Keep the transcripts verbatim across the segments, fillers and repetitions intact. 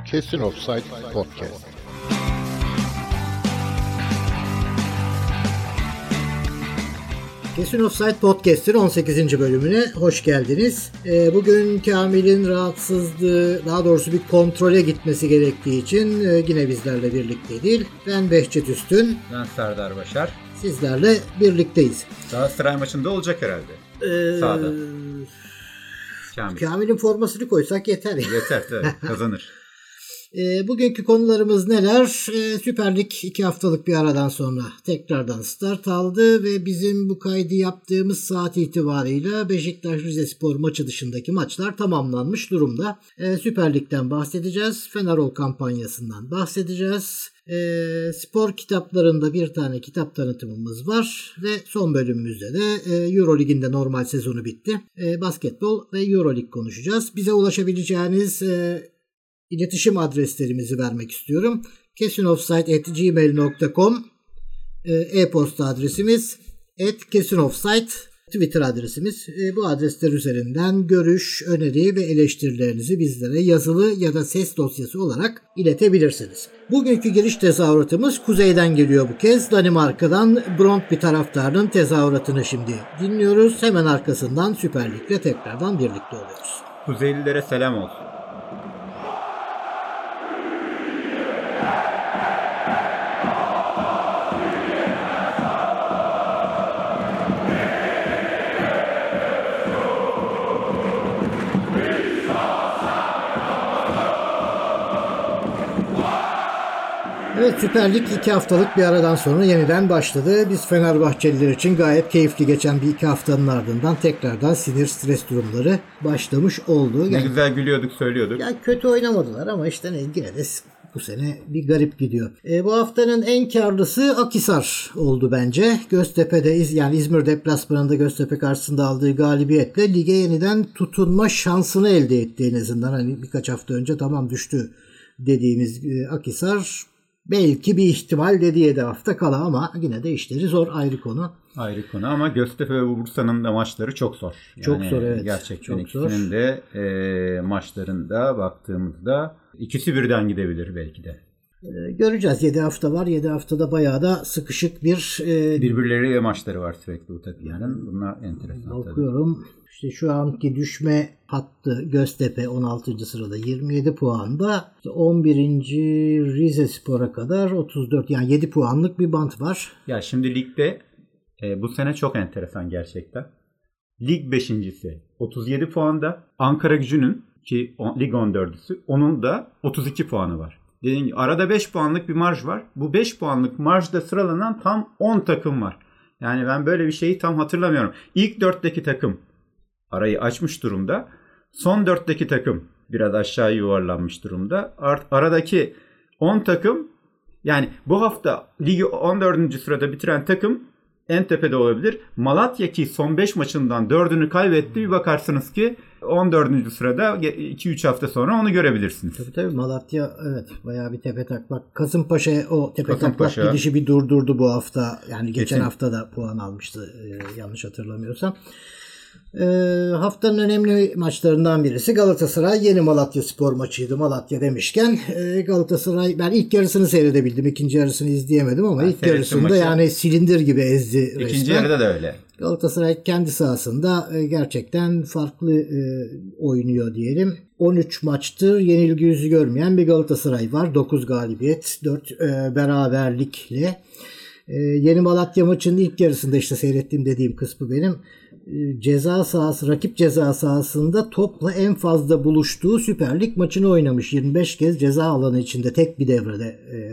Kesin Offside Podcast. Kesin Offside Podcast'ın on sekizinci bölümüne hoş geldiniz. E, bugün Kamil'in rahatsızlığı, daha doğrusu bir kontrole gitmesi gerektiği için e, yine bizlerle birlikte değil. Ben Behçet Üstün. Ben Serdar Başar. Sizlerle birlikteyiz. Galatasaray maçında olacak herhalde. Ee, Sağda. Kamil. Kamil'in formasını koysak yeter. Yeter tabii, kazanır. E, bugünkü konularımız neler? E, Süper Lig iki haftalık bir aradan sonra tekrardan start aldı ve bizim bu kaydı yaptığımız saat itibarıyla Beşiktaş-Rizespor maçı dışındaki maçlar tamamlanmış durumda. E, Süper Lig'den bahsedeceğiz. Fenerol kampanyasından bahsedeceğiz. E, spor kitaplarında bir tane kitap tanıtımımız var ve son bölümümüzde de e, Eurolig'in de normal sezonu bitti. E, basketbol ve Eurolig konuşacağız. Bize ulaşabileceğiniz e, İletişim adreslerimizi vermek istiyorum. kesinoffside at gmail nokta com e-posta adresimiz, et kesinoffside Twitter adresimiz. Bu adresler üzerinden görüş, öneri ve eleştirilerinizi bizlere yazılı ya da ses dosyası olarak iletebilirsiniz. Bugünkü giriş tezahüratımız kuzeyden geliyor bu kez. Danimarka'dan Brøndby taraftarının tezahüratını şimdi dinliyoruz. Hemen arkasından Süper Lig'le tekrardan birlikte oluyoruz. Kuzeylilere selam olsun. Evet, Süper Lig iki haftalık bir aradan sonra yeniden başladı. Biz Fenerbahçeliler için gayet keyifli geçen bir iki haftanın ardından tekrardan sinir stres durumları başlamış oldu. Ne yani, güzel gülüyorduk, söylüyorduk. Ya kötü oynamadılar ama işte ne, yine de bu sene bir garip gidiyor. E, bu haftanın en karlısı Akhisar oldu bence. Göztepe'de yani İzmir deplasmanında Göztepe karşısında aldığı galibiyetle lige yeniden tutunma şansını elde etti en azından. Hani birkaç hafta önce tamam düştü dediğimiz e, Akhisar belki bir ihtimal dedi yedi hafta kala ama yine de işleri zor, ayrı konu. Ayrı konu ama Göztepe ve Bursa'nın da maçları çok zor. Yani çok zor, evet. Gerçekten çok ikisinin zor. de e, maçlarında baktığımızda ikisi birden gidebilir belki de. Ee, göreceğiz. yedi hafta var. yedi haftada bayağı da sıkışık bir... E, Birbirleriyle maçları var sürekli bu takımların. Bunlar enteresan. Bakıyorum. Tabii. İşte şu anki düşme hattı Göztepe on altıncı sırada yirmi yedi puanda. on birinci Rizespor'a kadar otuz dört, yani yedi puanlık bir bant var. Ya şimdi ligde e, bu sene çok enteresan gerçekten. Lig beşincisi otuz yedi puanda. Ankara-Gücü'nün ki on, lig on dördüncüsü onun da otuz iki puanı var. Dediğim gibi arada beş puanlık bir marj var. Bu beş puanlık marjda sıralanan tam on takım var. Yani ben böyle bir şeyi tam hatırlamıyorum. İlk dörtteki takım arayı açmış durumda. Son dörtteki takım biraz aşağı yuvarlanmış durumda. Art, aradaki on takım, yani bu hafta ligi on dördüncü sırada bitiren takım en tepede olabilir. Malatya ki son beş maçından dördünü kaybetti. Bir bakarsınız ki on dördüncü sırada iki üç hafta sonra onu görebilirsiniz. Tabii tabii Malatya evet bayağı bir tepe taklak. Kasımpaşa'ya o tepe Kasımpaşa taklak gidişi bir durdurdu bu hafta. Yani geçen Kesin. hafta da puan almıştı e, yanlış hatırlamıyorsam. E, haftanın önemli maçlarından birisi Galatasaray Yeni Malatyaspor maçıydı. Malatya demişken e, Galatasaray, ben ilk yarısını seyredebildim. İkinci yarısını izleyemedim ama ben ilk yarısında maçı. Yani silindir gibi ezdi resmen. İkinci yarıda da öyle. Galatasaray kendi sahasında e, gerçekten farklı e, oynuyor diyelim. on üç maçtır yenilgi yüzü görmeyen bir Galatasaray var. dokuz galibiyet, dört e, beraberlikle. E, Yeni Malatya maçının ilk yarısında işte seyrettiğim dediğim kısmı benim. Ceza sahası, rakip ceza sahasında topla en fazla buluştuğu Süper Lig maçını oynamış. yirmi beş kez ceza alanı içinde tek bir devrede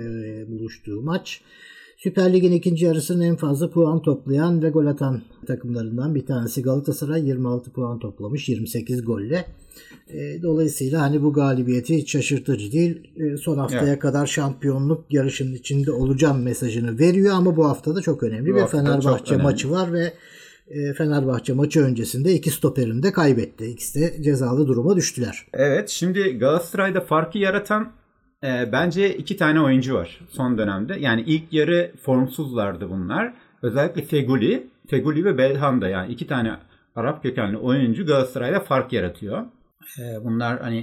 e, buluştuğu maç. Süper Lig'in ikinci yarısının en fazla puan toplayan ve gol atan takımlarından bir tanesi Galatasaray, yirmi altı puan toplamış yirmi sekiz golle. E, dolayısıyla hani bu galibiyeti hiç şaşırtıcı değil. E, son haftaya evet. kadar şampiyonluk yarışının içinde olacağım mesajını veriyor ama bu hafta da çok önemli bir Fenerbahçe önemli. maçı var ve Fenerbahçe maçı öncesinde iki stoperini de kaybetti. İkisi de cezalı duruma düştüler. Evet, şimdi Galatasaray'da farkı yaratan e, bence iki tane oyuncu var son dönemde. Yani ilk yarı formsuzlardı bunlar. Özellikle Feguli, Feguli ve Belhanda, yani iki tane Arap kökenli oyuncu Galatasaray'da fark yaratıyor. E, bunlar hani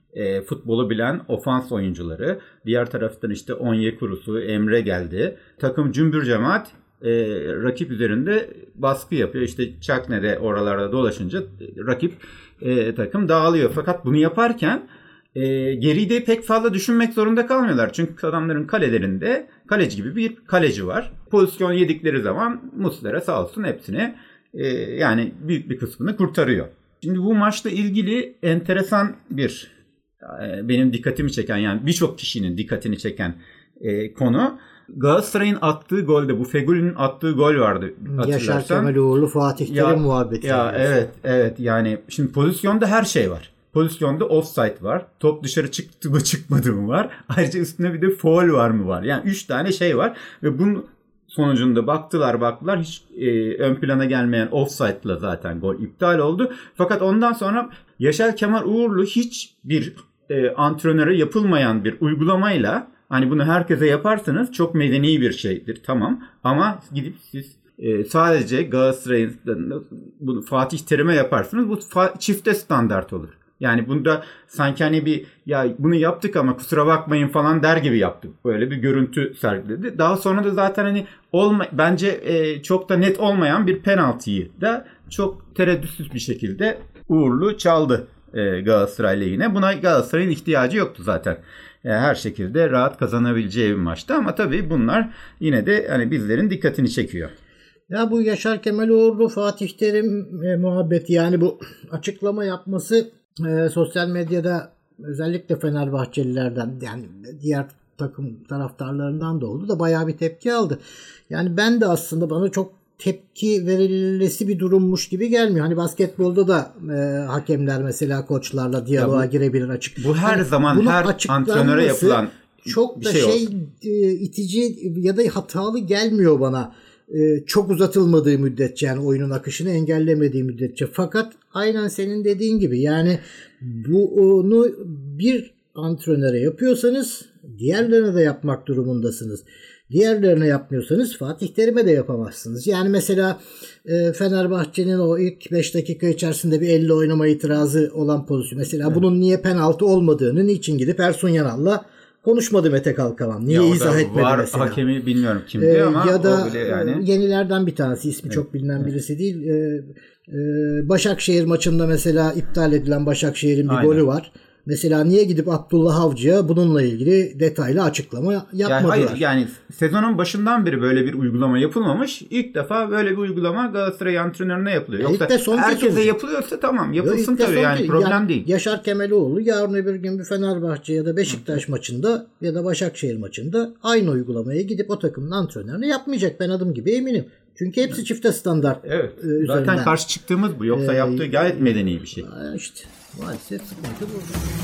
e, futbolu bilen ofans oyuncuları. Diğer taraftan işte Onyekuru'su, Emre geldi. Takım cümbür cemaat e, rakip üzerinde baskı yapıyor. İşte Çakne'de oralarda dolaşınca rakip e, takım dağılıyor. Fakat bunu yaparken e, geriyi de pek fazla düşünmek zorunda kalmıyorlar. Çünkü adamların kalelerinde kaleci gibi bir kaleci var. Pozisyon yedikleri zaman Muslera sağ olsun hepsini e, yani büyük bir kısmını kurtarıyor. Şimdi bu maçla ilgili enteresan bir e, benim dikkatimi çeken, yani birçok kişinin dikkatini çeken e, konu Galatasaray'ın attığı golde, bu Fegüli'nin attığı gol vardı hatırlarsan. Yaşar Kemal Uğurlu, Fatih Terim muhabbeti. Ya evet evet yani şimdi pozisyonda her şey var. Pozisyonda offside var. Top dışarı çıktı mı çıkmadı mı var. Ayrıca üstüne bir de foul var mı var. Yani üç tane şey var ve bunun sonucunda baktılar baktılar hiç e, ön plana gelmeyen offside'la zaten gol iptal oldu. Fakat ondan sonra Yaşar Kemal Uğurlu hiçbir e, antrenöre yapılmayan bir uygulamayla, hani bunu herkese yaparsanız çok medeni bir şeydir, tamam, ama gidip siz e, sadece Galatasaray'ın bunu Fatih Terim'e yaparsınız, bu fa- çifte standart olur. Yani bunda sanki hani bir ya bunu yaptık ama kusura bakmayın falan der gibi yaptık. Böyle bir görüntü sergiledi. Daha sonra da zaten hani olma, bence e, çok da net olmayan bir penaltıyı da çok tereddütsüz bir şekilde Uğurlu çaldı e, Galatasaray lehine. Buna Galatasaray'ın ihtiyacı yoktu zaten. E, her şekilde rahat kazanabileceği bir maçtı ama tabii bunlar yine de hani bizlerin dikkatini çekiyor. Ya bu Yaşar Kemal Uğurlu, Fatih Terim e, muhabbeti, yani bu açıklama yapması e, sosyal medyada özellikle Fenerbahçelilerden, yani diğer takım taraftarlarından da oldu da bayağı bir tepki aldı. Yani ben de aslında bana çok tepki verilmesi bir durummuş gibi gelmiyor. Hani basketbolda da e, hakemler mesela koçlarla diyaloğa bu, girebilir açık. Bu her hani zaman her antrenöre yapılan çok da şey, şey e, itici ya da hatalı gelmiyor bana. E, çok uzatılmadığı müddetçe, yani oyunun akışını engellemediği müddetçe. Fakat aynen senin dediğin gibi, yani bunu bir antrenöre yapıyorsanız diğerlerine de yapmak durumundasınız. Diğerlerine yapmıyorsanız Fatih Terim'e de yapamazsınız. Yani mesela e, Fenerbahçe'nin o ilk beş dakika içerisinde bir elle oynama itirazı olan pozisyon. Mesela evet. Bunun niye penaltı olmadığını, niçin gidip Ersun Yanal'la konuşmadı Mete Kalkavan? Niye ya izah etmedi var mesela? Hakemi bilmiyorum kimdi ee, ama ya da o bile yani. Yenilerden bir tanesi, ismi evet. çok bilinen birisi değil. Ee, e, Başakşehir maçında mesela iptal edilen Başakşehir'in bir Aynen. golü var. Mesela niye gidip Abdullah Avcı'ya bununla ilgili detaylı açıklama yapmadılar? Yani hayır, yani sezonun başından beri böyle bir uygulama yapılmamış. İlk defa böyle bir uygulama Galatasaray antrenörüne yapılıyor. Yoksa herkese yapılıyorsa tamam yapılsın tabii, yani problem yani, değil. Yaşar Kemaloğlu yarın öbür gün bir Fenerbahçe ya da Beşiktaş Hı. maçında ya da Başakşehir maçında aynı uygulamaya gidip o takımın antrenörüne yapmayacak. Ben adım gibi eminim. Çünkü hepsi çifte standart. Evet. E, zaten karşı çıktığımız bu. Yoksa ee, yaptığı gayet medeni bir şey. İşte maalesef sıkıntı bu.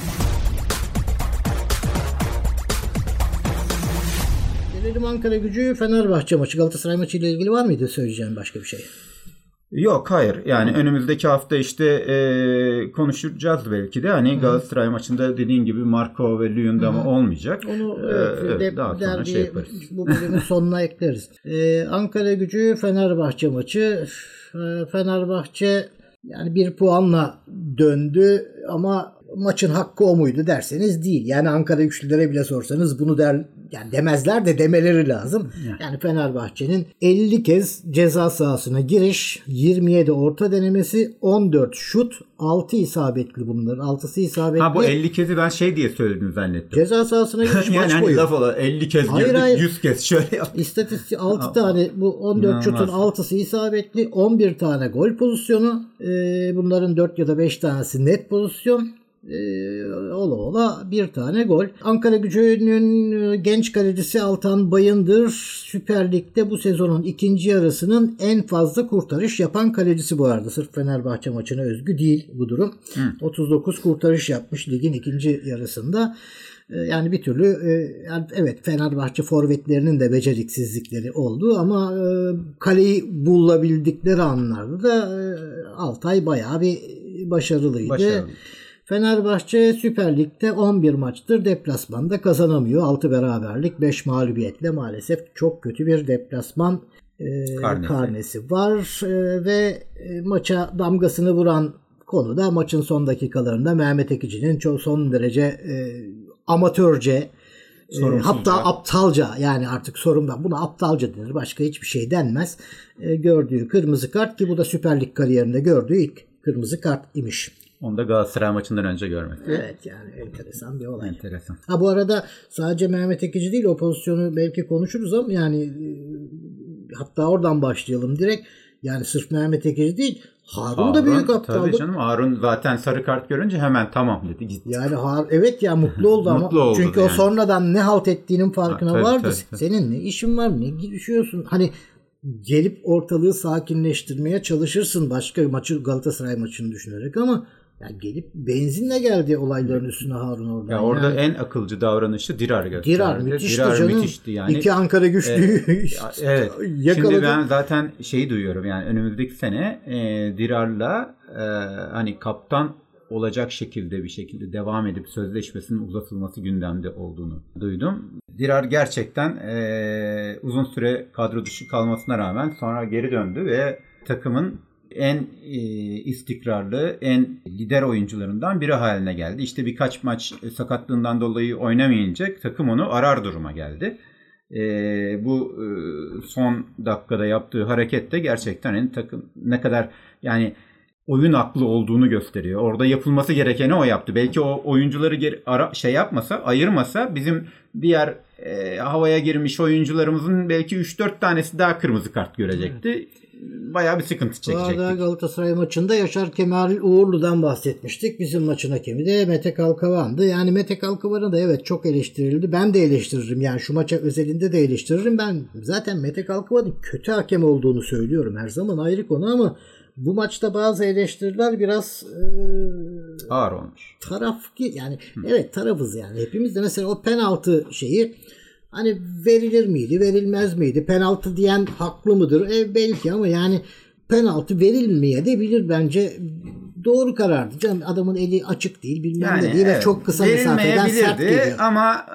Gelelim Ankara Gücü Fenerbahçe maçı. Galatasaray maçı ile ilgili var mıydı söyleyeceğim başka bir şey? Yok, hayır. Yani Hı. önümüzdeki hafta işte e, konuşacağız belki de. Hani Hı. Galatasaray maçında dediğin gibi Marco ve Luyendam'a olmayacak. Onu evet, ee, de, daha sonra şey yaparız. Bu bölümün sonuna ekleriz. Ee, Ankara Gücü Fenerbahçe maçı. Fenerbahçe yani bir puanla döndü ama maçın hakkı o muydu derseniz değil. Yani Ankara güçlülere bile sorsanız bunu der, yani demezler de demeleri lazım. Yani, yani Fenerbahçe'nin elli kez ceza sahasına giriş, yirmi yedi orta denemesi, on dört şut, altı isabetli bunların. altısı isabetli. Ha bu elli kezi ben şey diye söyledim zannettim. Ceza sahasına giriş yani maç hani boyu. Laf olan elli kez hayır, girdik, hayır. yüz kez şöyle yap. İstatistik altı tane, bu on dört şutun altısı isabetli, on bir tane gol pozisyonu. Ee, bunların dört ya da beş tanesi net pozisyon. Ee, ola ola bir tane gol. Ankara Gücü'nün genç kalecisi Altan Bayındır Süper Lig'de bu sezonun ikinci yarısının en fazla kurtarış yapan kalecisi bu arada. Sırf Fenerbahçe maçına özgü değil bu durum. Hı. otuz dokuz kurtarış yapmış ligin ikinci yarısında. Ee, yani bir türlü e, yani evet Fenerbahçe forvetlerinin de beceriksizlikleri oldu ama e, kaleyi bulabildikleri anlarda da e, Altay bayağı bir başarılıydı. Başarılı. Fenerbahçe Süper Lig'de on bir maçtır deplasmanda kazanamıyor. altı beraberlik, beş mağlubiyetle maalesef çok kötü bir deplasman e, karnesi. karnesi var. E, ve e, maça damgasını vuran konu da maçın son dakikalarında Mehmet Ekici'nin çok son derece e, amatörce e, hatta aptalca, yani artık sorun buna aptalca denir, başka hiçbir şey denmez, e, gördüğü kırmızı kart, ki bu da Süper Lig kariyerinde gördüğü ilk kırmızı kart imiş. Onu da Galatasaray maçından önce görmek. Evet, yani enteresan bir olay. Enteresan. Ha bu arada sadece Mehmet Ekici değil, o pozisyonu belki konuşuruz ama yani e, hatta oradan başlayalım direkt. Yani sırf Mehmet Ekici değil, Harun, Harun da büyük aptaldı. Tabii canım, Harun zaten sarı kart görünce hemen tamam dedi, gitti. Yani Har evet ya, mutlu oldu ama mutlu oldu çünkü yani. O sonradan ne halt ettiğinin farkına ha, tabii, vardı. Tabii, tabii. Senin ne işin var, ne girişiyorsun? Hani gelip ortalığı sakinleştirmeye çalışırsın başka maçı, Galatasaray maçını düşünerek, ama yani gelip benzinle geldi olayların üstüne Harun oradan. Ya orada yani. En akılcı davranışı Dirar gösterdi. Dirar müthişti Dirar canım. müthişti yani. İki Ankara güçlüyü e, evet. yakaladı. Şimdi ben zaten şeyi duyuyorum, yani önümüzdeki sene e, Dirar'la e, hani kaptan olacak şekilde bir şekilde devam edip sözleşmesinin uzatılması gündemde olduğunu duydum. Dirar gerçekten e, uzun süre kadro dışı kalmasına rağmen sonra geri döndü ve takımın en e, istikrarlı, en lider oyuncularından biri haline geldi. İşte birkaç maç sakatlığından dolayı oynamayınca takım onu arar duruma geldi. E, bu e, son dakikada yaptığı hareket de gerçekten yani takım ne kadar yani oyun aklı olduğunu gösteriyor. Orada yapılması gerekeni o yaptı. Belki o oyuncuları geri, ara, şey yapmasa, ayırmasa bizim diğer e, havaya girmiş oyuncularımızın belki üç dört tanesi daha kırmızı kart görecekti. Evet. Bayağı bir sıkıntı çekecektik. Bu arada Galatasaray maçında Yaşar Kemal Uğurlu'dan bahsetmiştik. Bizim maçın hakemi de Mete Kalkavan'dı. Yani Mete Kalkavan'ı da evet çok eleştirildi. Ben de eleştiririm. Yani şu maça özelinde de eleştiririm. Ben zaten Mete Kalkavan'ın kötü hakem olduğunu söylüyorum. Her zaman ayrı konu, ama bu maçta bazı eleştiriler biraz e, ağır olmuş. Taraf ki yani Hı. evet tarafız yani. Hepimiz de mesela o penaltı şeyi hani verilir miydi, verilmez miydi? Penaltı diyen haklı mıdır? E, belki, ama yani penaltı verilmeye de bilir bence. Doğru karardı. Canım, adamın eli açık değil, bilmem yani, ne değil evet, ve çok kısa mesafeden sert geliyor. Ama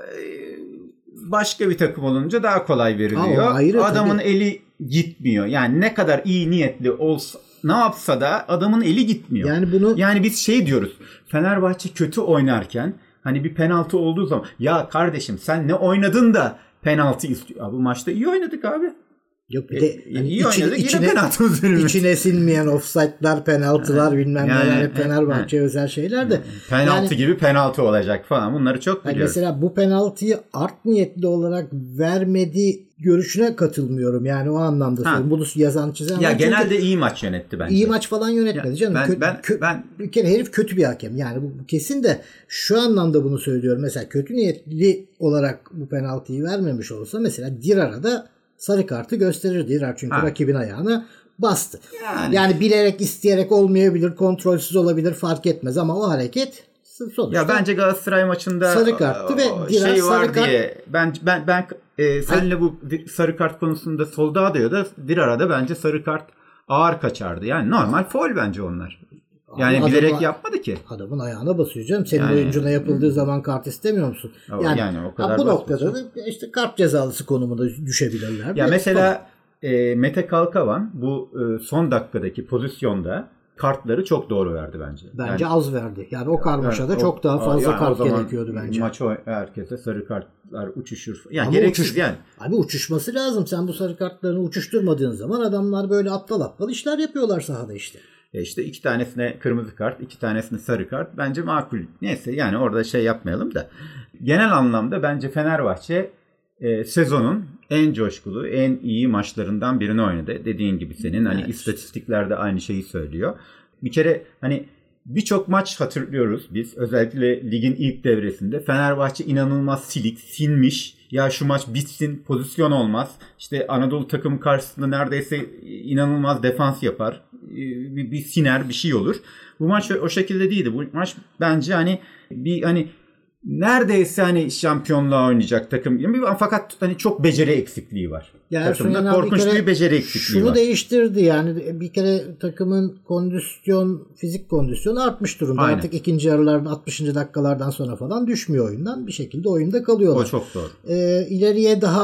başka bir takım olunca daha kolay veriliyor. Aa, ayrı, adamın tabii. Eli gitmiyor. Yani ne kadar iyi niyetli olsa, ne yapsa da adamın eli gitmiyor. Yani bunu yani biz şey diyoruz. Fenerbahçe kötü oynarken hani bir penaltı olduğu zaman ya kardeşim sen ne oynadın da penaltı istiyor. Ya bu maçta iyi oynadık abi. Yok bir de hani iyi içine, oynadık içine, yine penaltı verilmiş. İçine sinmeyen offside'lar, penaltılar, bilmem yani, neler, yani, Fenerbahçe yani, özel şeyler de. Penaltı yani, gibi penaltı olacak falan, bunları çok biliyoruz. Yani mesela bu penaltıyı art niyetli olarak vermedi görüşüne katılmıyorum. Yani o anlamda söylüyorum. Bunu yazan çizen ya genelde iyi maç yönetti bence. İyi maç falan yönetmedi ya, canım. Ben, Kö- ben, kö- ben bir kere herif kötü bir hakem. Yani bu kesin de şu anlamda bunu söylüyorum. Mesela kötü niyetli olarak bu penaltıyı vermemiş olsa mesela Dirar'a da sarı kartı gösterir. Dirar çünkü ha. rakibin ayağına bastı. Yani. yani bilerek, isteyerek olmayabilir, kontrolsüz olabilir, fark etmez, ama o hareket sonuçta. Ya bence Galatasaray maçında sarı karttı ve Dirar şey var sarı kart diye ben ben ben e, seninle bu sarı kart konusunda Soldado da Dirar'a da bence sarı kart ağır kaçardı. Yani normal faul bence onlar. Yani Adamı, bilerek yapmadı ki. Adamın ayağına basıyor canım. Senin yani, oyuncuna yapıldığı hı. zaman kart istemiyor musun? Yani, yani o kadar bu noktada da işte kart cezalısı konumunda düşebilirler. Ya mesela e, Mete Kalkavan bu e, son dakikadaki pozisyonda kartları çok doğru verdi bence. Bence yani, az verdi. Yani o karmaşada yani, çok daha fazla yani kart gerekiyordu bence. Maç o herkese sarı kartlar uçuşur. Yani ama gereksiz uçuş, yani. Abi uçuşması lazım. Sen bu sarı kartlarını uçuşturmadığın zaman adamlar böyle aptal aptal işler yapıyorlar sahada işte. E işte iki tanesine kırmızı kart, iki tanesine sarı kart. Bence makul. Neyse yani orada şey yapmayalım da. Genel anlamda bence Fenerbahçe e, sezonun en coşkulu, en iyi maçlarından birini oynadı. Dediğin gibi senin hani evet. istatistiklerde aynı şeyi söylüyor. Bir kere hani birçok maç hatırlıyoruz biz. Özellikle ligin ilk devresinde Fenerbahçe inanılmaz silik, sinmiş. Ya şu maç bitsin, pozisyon olmaz. İşte Anadolu takımı karşısında neredeyse inanılmaz defans yapar. Bir, bir siner, bir şey olur. Bu maç o şekilde değildi. Bu maç bence hani bir hani neredeyse hani şampiyonluğa oynayacak takım. Fakat hani çok beceri eksikliği var. Ya takımda korkunç bir, bir beceri eksikliği şunu var. Şunu değiştirdi yani. Bir kere takımın kondisyon, fizik kondisyonu artmış durumda. Aynen. Artık ikinci yarıların altmışıncı dakikalardan sonra falan düşmüyor oyundan. Bir şekilde oyunda kalıyorlar. O çok doğru. Ee, ileriye daha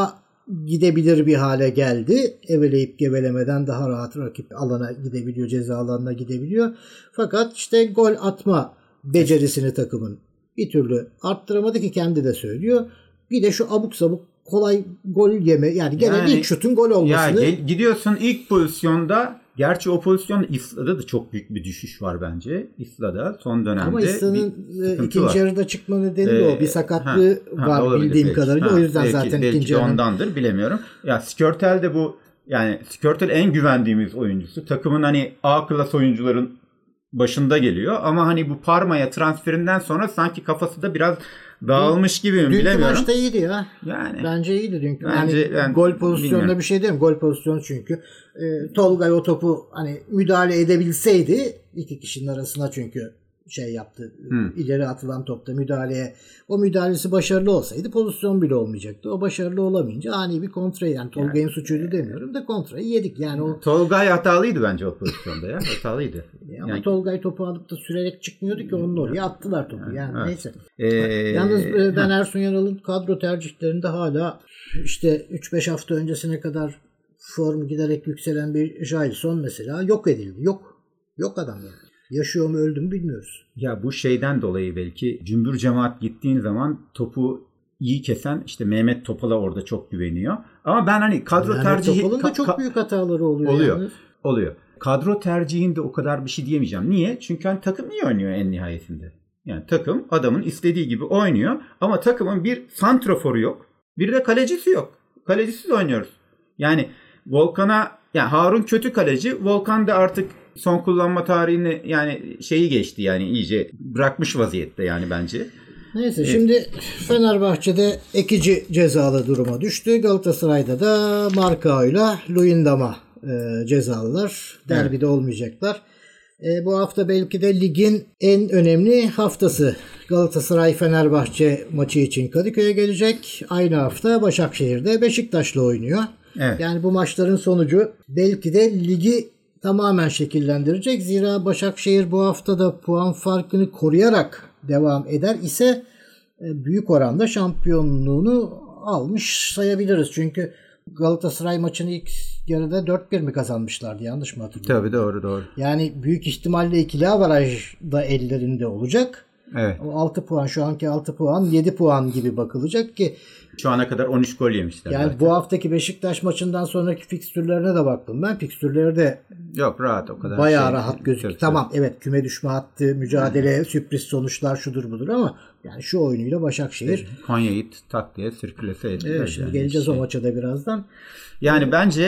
gidebilir bir hale geldi. Eveleyip gevelemeden daha rahat rakip alana gidebiliyor, ceza alanına gidebiliyor. Fakat işte gol atma becerisini takımın bir türlü arttıramadı ki, kendi de söylüyor. Bir de şu abuk sabuk kolay gol yeme, yani gene yani, ilk şutun gol olmasını. Ya gidiyorsun ilk pozisyonda, gerçi o pozisyonda İsla'da da çok büyük bir düşüş var bence. İsla'da son dönemde. Ama İsla'nın ikinci yarıda çıkma nedeni de ee, o. Bir sakatlığı ha, var ha, bildiğim belki. kadarıyla. Ha, o yüzden belki, zaten belki ikinci yarı. Ondandır, bilemiyorum. Ya Skörtel de bu, yani Skörtel en güvendiğimiz oyuncusu. Takımın hani A klas oyuncuların başında geliyor. Ama hani bu Parma'ya transferinden sonra sanki kafası da biraz dağılmış gibi mi dünkü bilemiyorum. Dünkü maçta iyiydi ya. Yani, bence iyiydi dünkü. Bence, yani, yani gol pozisyonunda bilmiyorum. Bir şey değil mi? Gol pozisyonu çünkü. E, Tolgay o topu hani müdahale edebilseydi, iki kişinin arasına çünkü şey yaptı. Hmm. İleri atılan topta müdahaleye, o müdahalesi başarılı olsaydı pozisyon bile olmayacaktı. O başarılı olamayınca ani bir kontrayı, yani Tolgay'ın yani, suçuydu demiyorum da kontrayı yedik. Yani o Tolgay hatalıydı bence o pozisyonda ya. Hatalıydı. Ama yani, Tolgay topu alıp da sürerek çıkmıyordu ki, onun oraya attılar topu. Yani evet. Neyse. Ee, Yalnız ben Ersun Yanal'ın kadro tercihlerinde hala işte üç beş hafta öncesine kadar form giderek yükselen bir Jailson mesela yok edildi. Yok. Yok adam yani. Yaşıyor mu öldü mü bilmiyoruz. Ya bu şeyden dolayı belki cümbür cemaat gittiğin zaman topu iyi kesen işte Mehmet Topal'a orada çok güveniyor. Ama ben hani kadro Mehmet tercihi... Topal'ın da çok büyük hataları oluyor. Oluyor. Yani. Oluyor. Kadro tercihinde o kadar bir şey diyemeyeceğim. Niye? Çünkü hani takım iyi oynuyor en nihayetinde. Yani takım adamın istediği gibi oynuyor. Ama takımın bir santraforu yok. Bir de kalecisi yok. Kalecisiz oynuyoruz. Yani Volkan'a, yani Harun kötü kaleci. Volkan da artık son kullanma tarihini, yani şeyi geçti, yani iyice bırakmış vaziyette yani bence. Neyse evet. Şimdi Fenerbahçe'de Ekici cezalı duruma düştü. Galatasaray'da da Markao'yla Luyendam'a e, cezalılar. Derbide evet. olmayacaklar. E, bu hafta belki de ligin en önemli haftası. Galatasaray Fenerbahçe maçı için Kadıköy'e gelecek. Aynı hafta Başakşehir'de Beşiktaş'la oynuyor. Evet. Yani bu maçların sonucu belki de ligi tamamen şekillendirecek. Zira Başakşehir bu hafta da puan farkını koruyarak devam eder ise büyük oranda şampiyonluğunu almış sayabiliriz. Çünkü Galatasaray maçını ilk yarıda dört bir mi kazanmışlardı? Yanlış mı hatırlıyorum? Tabii doğru doğru. Yani büyük ihtimalle ikili avaraj da ellerinde olacak. Evet. O altı puan, şu anki altı puan yedi puan gibi bakılacak ki şu ana kadar on üç gol yemişler. Yani zaten. Bu haftaki Beşiktaş maçından sonraki fikstürlerine de baktım ben. Fikstürleri de yok rahat, o kadar. Bayağı şey, rahat gözüküyor. Tamam evet, küme düşme hattı, mücadele, yani. Sürpriz sonuçlar şudur budur ama yani şu oyunuyla Başakşehir Konya'yı tak diye sirkülese ediyor. Evet, şimdi yani geleceğiz şey. O maça da birazdan. Yani evet. Bence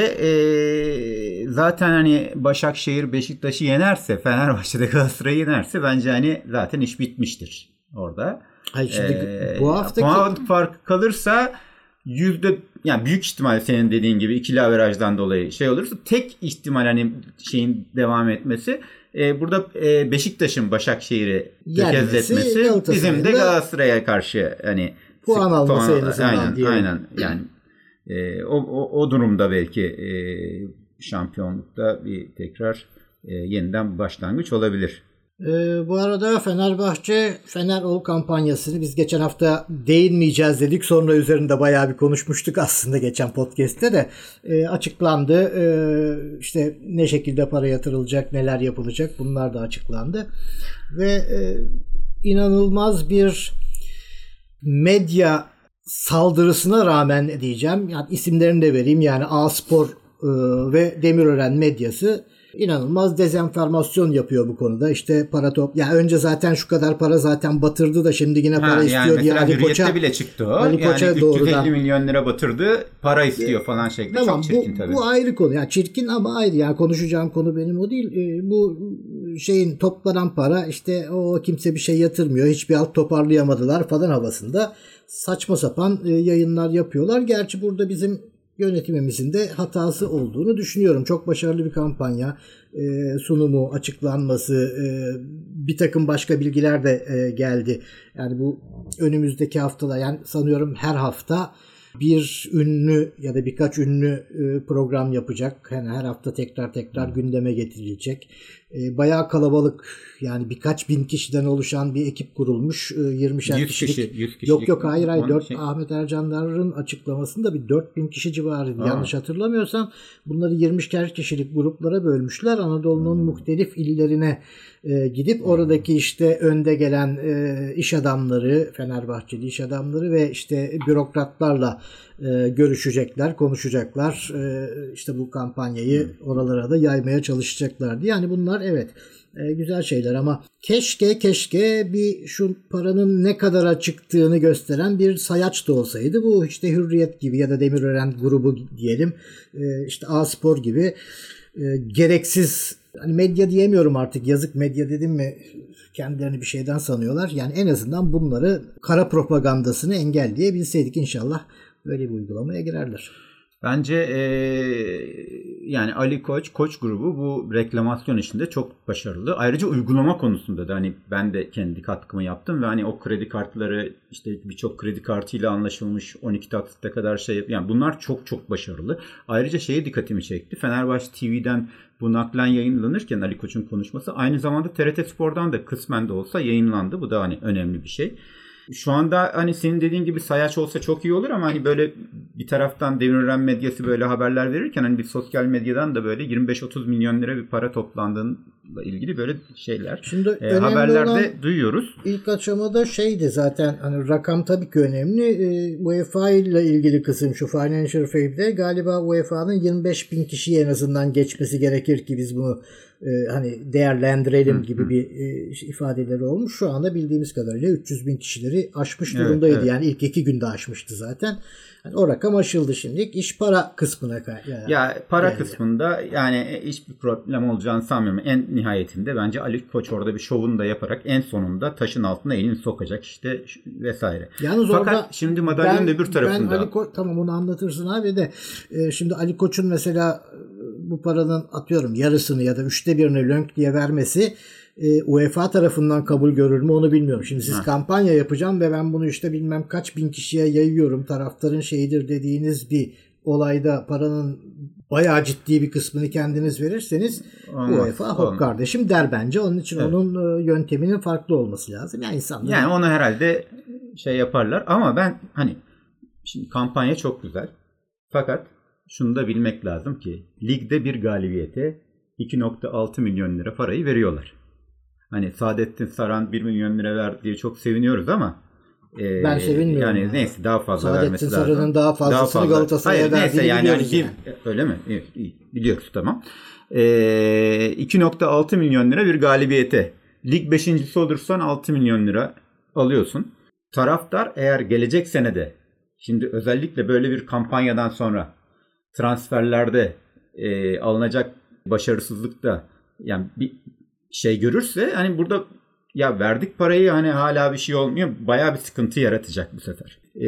ee, zaten hani Başakşehir Beşiktaş'ı yenerse, Fenerbahçe'de Galatasaray'ı yenerse bence hani zaten iş bitmiştir orada. Hayır, şimdi ee, bu haftaki puan farkı kalırsa yüzde, yani büyük ihtimal senin dediğin gibi ikili averajdan dolayı şey olursa, tek ihtimal hani şeyin devam etmesi e, burada e, Beşiktaş'ın Başakşehir'i tökezletmesi, bizim de Galatasaray'a karşı hani puan alması en azından aynen, diyelim. Aynen yani e, o, o, o durumda belki e, şampiyonlukta bir tekrar e, yeniden başlangıç olabilir. Ee, bu arada Fenerbahçe Fener Ol kampanyasını biz geçen hafta değinmeyeceğiz dedik. Sonra üzerinde bayağı bir konuşmuştuk aslında geçen podcast'te de. Ee, açıklandı. Ee, işte ne şekilde para yatırılacak, neler yapılacak, bunlar da açıklandı. Ve e, inanılmaz bir medya saldırısına rağmen diyeceğim. Yani isimlerini de vereyim. Yani A-Spor e, ve Demirören medyası İnanılmaz dezenformasyon yapıyor bu konuda. İşte para top. Ya önce zaten şu kadar para zaten batırdı da şimdi yine para ha, istiyor yani diye Ali Koç'a bile çıktı o. Ali Koç'a yani üç yüz elli doğrudan milyon lira batırdı. Para istiyor falan şeklinde. Tamam, çok çirkin bu, tabii. Bu ayrı konu. Yani çirkin ama ayrı. Yani konuşacağım konu benim o değil. Ee, bu şeyin toplanan para işte o kimse bir şey yatırmıyor. Hiçbir alt toparlayamadılar falan havasında. Saçma sapan e, yayınlar yapıyorlar. Gerçi burada bizim yönetimimizin de hatası olduğunu düşünüyorum. Çok başarılı bir kampanya. E, sunumu, açıklanması, e, bir takım başka bilgiler de e, geldi. Yani bu önümüzdeki haftalar, yani sanıyorum her hafta bir ünlü ya da birkaç ünlü e, program yapacak. Yani her hafta tekrar tekrar gündeme getirilecek. E, bayağı kalabalık, yani birkaç bin kişiden oluşan bir ekip kurulmuş. E, yirmişer kişilik. Kişi, yüz kişilik. Yok yok hayır hayır. dört, şey... Ahmet Ercanlar'ın açıklamasında bir dört bin kişi civarı. Aa. Yanlış hatırlamıyorsam bunları yirmişer kişilik gruplara bölmüşler. Anadolu'nun hmm. muhtelif illerine e, gidip oradaki işte önde gelen e, iş adamları, Fenerbahçeli iş adamları ve işte bürokratlarla e, görüşecekler, konuşacaklar. E, işte bu kampanyayı hmm. oralara da yaymaya çalışacaklardı. Yani bunlar evet e, güzel şeyler ama keşke keşke bir şu paranın ne kadara çıktığını gösteren bir sayaç da olsaydı. Bu işte Hürriyet gibi ya da Demirören grubu diyelim, e, işte A-Spor gibi e, gereksiz, hani medya diyemiyorum artık, yazık, medya dedim mi kendilerini bir şeyden sanıyorlar. Yani en azından bunları, kara propagandasını engelleyebilseydik inşallah böyle bir uygulamaya girerler. Bence ee, yani Ali Koç, Koç grubu bu reklamasyon işinde çok başarılı. Ayrıca uygulama konusunda da hani ben de kendi katkımı yaptım ve hani o kredi kartları, işte birçok kredi kartıyla anlaşılmış on iki taksitte kadar şey, yani bunlar çok çok başarılı. Ayrıca şeye dikkatimi çekti. Fenerbahçe T V'den bu naklen yayınlanırken Ali Koç'un konuşması aynı zamanda T R T Spor'dan da kısmen de olsa yayınlandı. Bu da hani önemli bir şey. Şu anda hani senin dediğin gibi sayaç olsa çok iyi olur ama hani böyle bir taraftan Demirören medyası böyle haberler verirken hani bir sosyal medyadan da böyle yirmi beş otuz milyon lira bir para toplandığıyla ilgili böyle şeyler Şimdi e, haberlerde duyuyoruz. İlk aşamada şeydi zaten, hani rakam tabii ki önemli. E, UEFA ile ilgili kısım şu Financial Fair'de galiba U E F A'nın yirmi beş bin kişiye en azından geçmesi gerekir ki biz bunu e, hani değerlendirelim hı, gibi hı. bir e, ifadeleri olmuş. Şu anda bildiğimiz kadarıyla üç yüz bin kişileri aşmış durumdaydı. Evet, evet. Yani ilk iki günde aşmıştı zaten. Yani o rakam aşıldı şimdi. İş para kısmına kay- ya, ya para yani. Kısmında yani hiçbir problem olacağını sanmıyorum. En nihayetinde bence Ali Koç orada bir şovunu da yaparak en sonunda taşın altına elini sokacak işte vesaire. Yalnız fakat orada şimdi madalyonun öbür tarafında. Ben Ali Ko- tamam onu anlatırsın abi de e, şimdi Ali Koç'un mesela bu paranın atıyorum yarısını ya da üçte birini lönk diye vermesi e, UEFA tarafından kabul görür mü onu bilmiyorum. Şimdi siz ha. kampanya yapacağım ve ben bunu işte bilmem kaç bin kişiye yayıyorum, taraftarın şeyidir dediğiniz bir olayda paranın bayağı ciddi bir kısmını kendiniz verirseniz olmaz, UEFA hop olmaz. Kardeşim der bence. Onun için evet. onun yönteminin farklı olması lazım. Yani insanlar yani onu herhalde şey yaparlar ama ben hani şimdi kampanya çok güzel. Fakat şunu da bilmek lazım ki ligde bir galibiyete iki nokta altı milyon lira parayı veriyorlar. Hani Saadettin Saran bir milyon lira verdi diye çok seviniyoruz ama e, ben sevinmiyorum. Yani ya. Neyse daha fazla Saadettin vermesi lazım. Saadettin Saran'ın daha fazlasını daha fazla. Galatasaray'a verdiğini yani, biliyoruz. Yani. Yani. Öyle mi? İyi, iyi. Biliyoruz tamam. E, iki nokta altı milyon lira bir galibiyete. Lig beşincisi olursan altı milyon lira alıyorsun. Taraftar eğer gelecek senede, şimdi özellikle böyle bir kampanyadan sonra transferlerde e, alınacak başarısızlıkta yani bir şey görürse hani burada ya verdik parayı hani hala bir şey olmuyor, bayağı bir sıkıntı yaratacak bu sefer. E,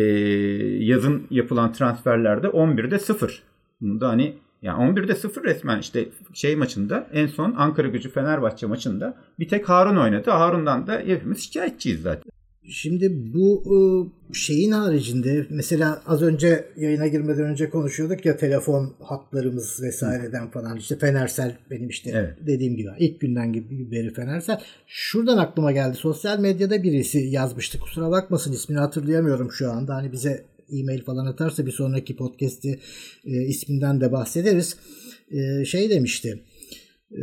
yazın yapılan transferlerde on birde sıfır. Bunu da hani yani on birde sıfır resmen işte şey maçında en son Ankaragücü Fenerbahçe maçında bir tek Harun oynadı. Harun'dan da hepimiz şikayetçiyiz zaten. Şimdi bu şeyin haricinde mesela az önce yayına girmeden önce konuşuyorduk ya telefon hatlarımız vesaireden falan, işte Fenersel benim işte evet. dediğim gibi ilk günden gibi beri Fenersel. Şuradan aklıma geldi, sosyal medyada birisi yazmıştı, kusura bakmasın ismini hatırlayamıyorum şu anda, hani bize e-mail falan atarsa bir sonraki podcast'i e, isminden de bahsederiz. E, şey demişti e,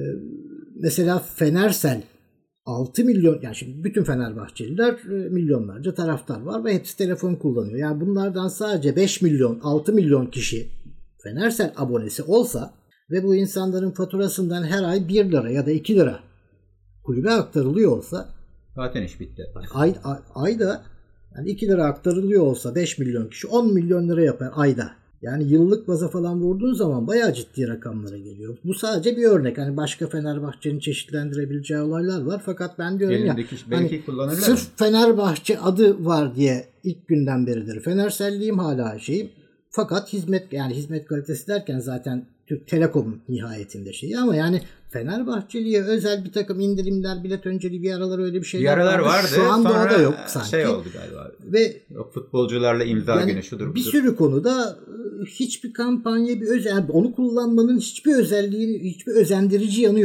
mesela Fenersel altı milyon, yani şimdi bütün Fenerbahçeliler milyonlarca taraftar var ve hepsi telefon kullanıyor. Yani bunlardan sadece beş milyon altı milyon kişi Fenersel abonesi olsa ve bu insanların faturasından her ay bir lira ya da iki lira kulübe aktarılıyor olsa zaten iş bitti. Ay, ay, ayda yani iki lira aktarılıyor olsa beş milyon kişi on milyon lira yapar ayda. Yani yıllık baza falan vurduğun zaman bayağı ciddi rakamlara geliyor. Bu sadece bir örnek. Hani başka Fenerbahçe'nin çeşitlendirebileceği olaylar var. Fakat ben diyorum elindeki, ya hani sırf mi? Fenerbahçe adı var diye ilk günden beridir Fenerselliyim, hala şeyim. Fakat hizmet, yani hizmet kalitesi derken zaten Türk Telekom nihayetinde şeyi, ama yani Fenerbahçeli'ye özel bir takım indirimler, bilet önceliği bir aralar öyle bir şeyler bir aralar vardı. vardı. Şu anda o da yok sanki. Şey oldu galiba. Ve o futbolcularla imza yani günü şudur budur. Bir sürü konuda hiçbir kampanya, bir özel, onu kullanmanın hiçbir özelliği, hiçbir özendirici yanı yok.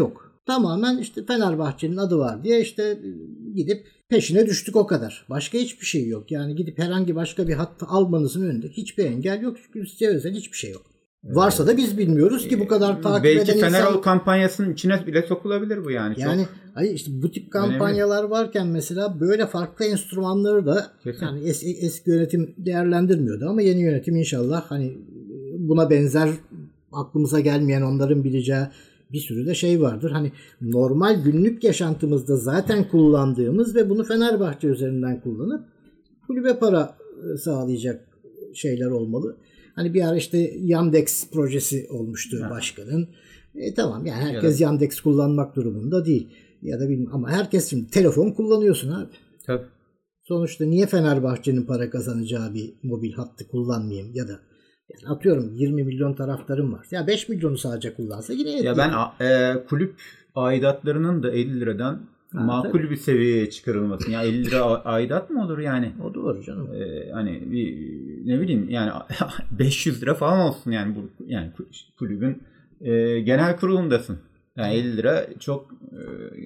Tamamen işte Fenerbahçe'nin adı var diye işte gidip peşine düştük, o kadar. Başka hiçbir şey yok. Yani gidip herhangi başka bir hattı almanızın önünde hiçbir engel yok. Çünkü size özel hiçbir şey yok. Varsa da biz bilmiyoruz ki bu kadar takip Belki eden insan... Belki Fenerol kampanyasının içine bile sokulabilir bu yani. Yani çok hayır işte bu tip kampanyalar önemli. Varken mesela böyle farklı enstrümanları da Kesin. yani eski, eski yönetim değerlendirmiyordu ama yeni yönetim inşallah hani buna benzer aklımıza gelmeyen, onların bileceği bir sürü de şey vardır. Hani normal günlük yaşantımızda zaten kullandığımız ve bunu Fenerbahçe üzerinden kullanıp kulübe para sağlayacak şeyler olmalı. Hani bir ara işte Yandex projesi olmuştu ha. başkanın. E, tamam yani herkes ya da... Yandex kullanmak durumunda değil. Ya da bilmiyorum ama herkes şimdi telefon kullanıyorsun abi. Tabii. Sonuçta niye Fenerbahçe'nin para kazanacağı bir mobil hattı kullanmayayım ya da yani atıyorum yirmi milyon taraftarım var. Ya beş milyonu sadece kullansa yine yetiyor. Ya ben e, kulüp aidatlarının da elli liradan ha, makul tabii. bir seviyeye çıkarılması. Ya elli lira aidat mı olur yani? O doğru canım. Ee, hani bir ne bileyim yani beş yüz lira falan olsun yani bu yani kulübün e, genel kurulundasın. Yani elli lira çok e,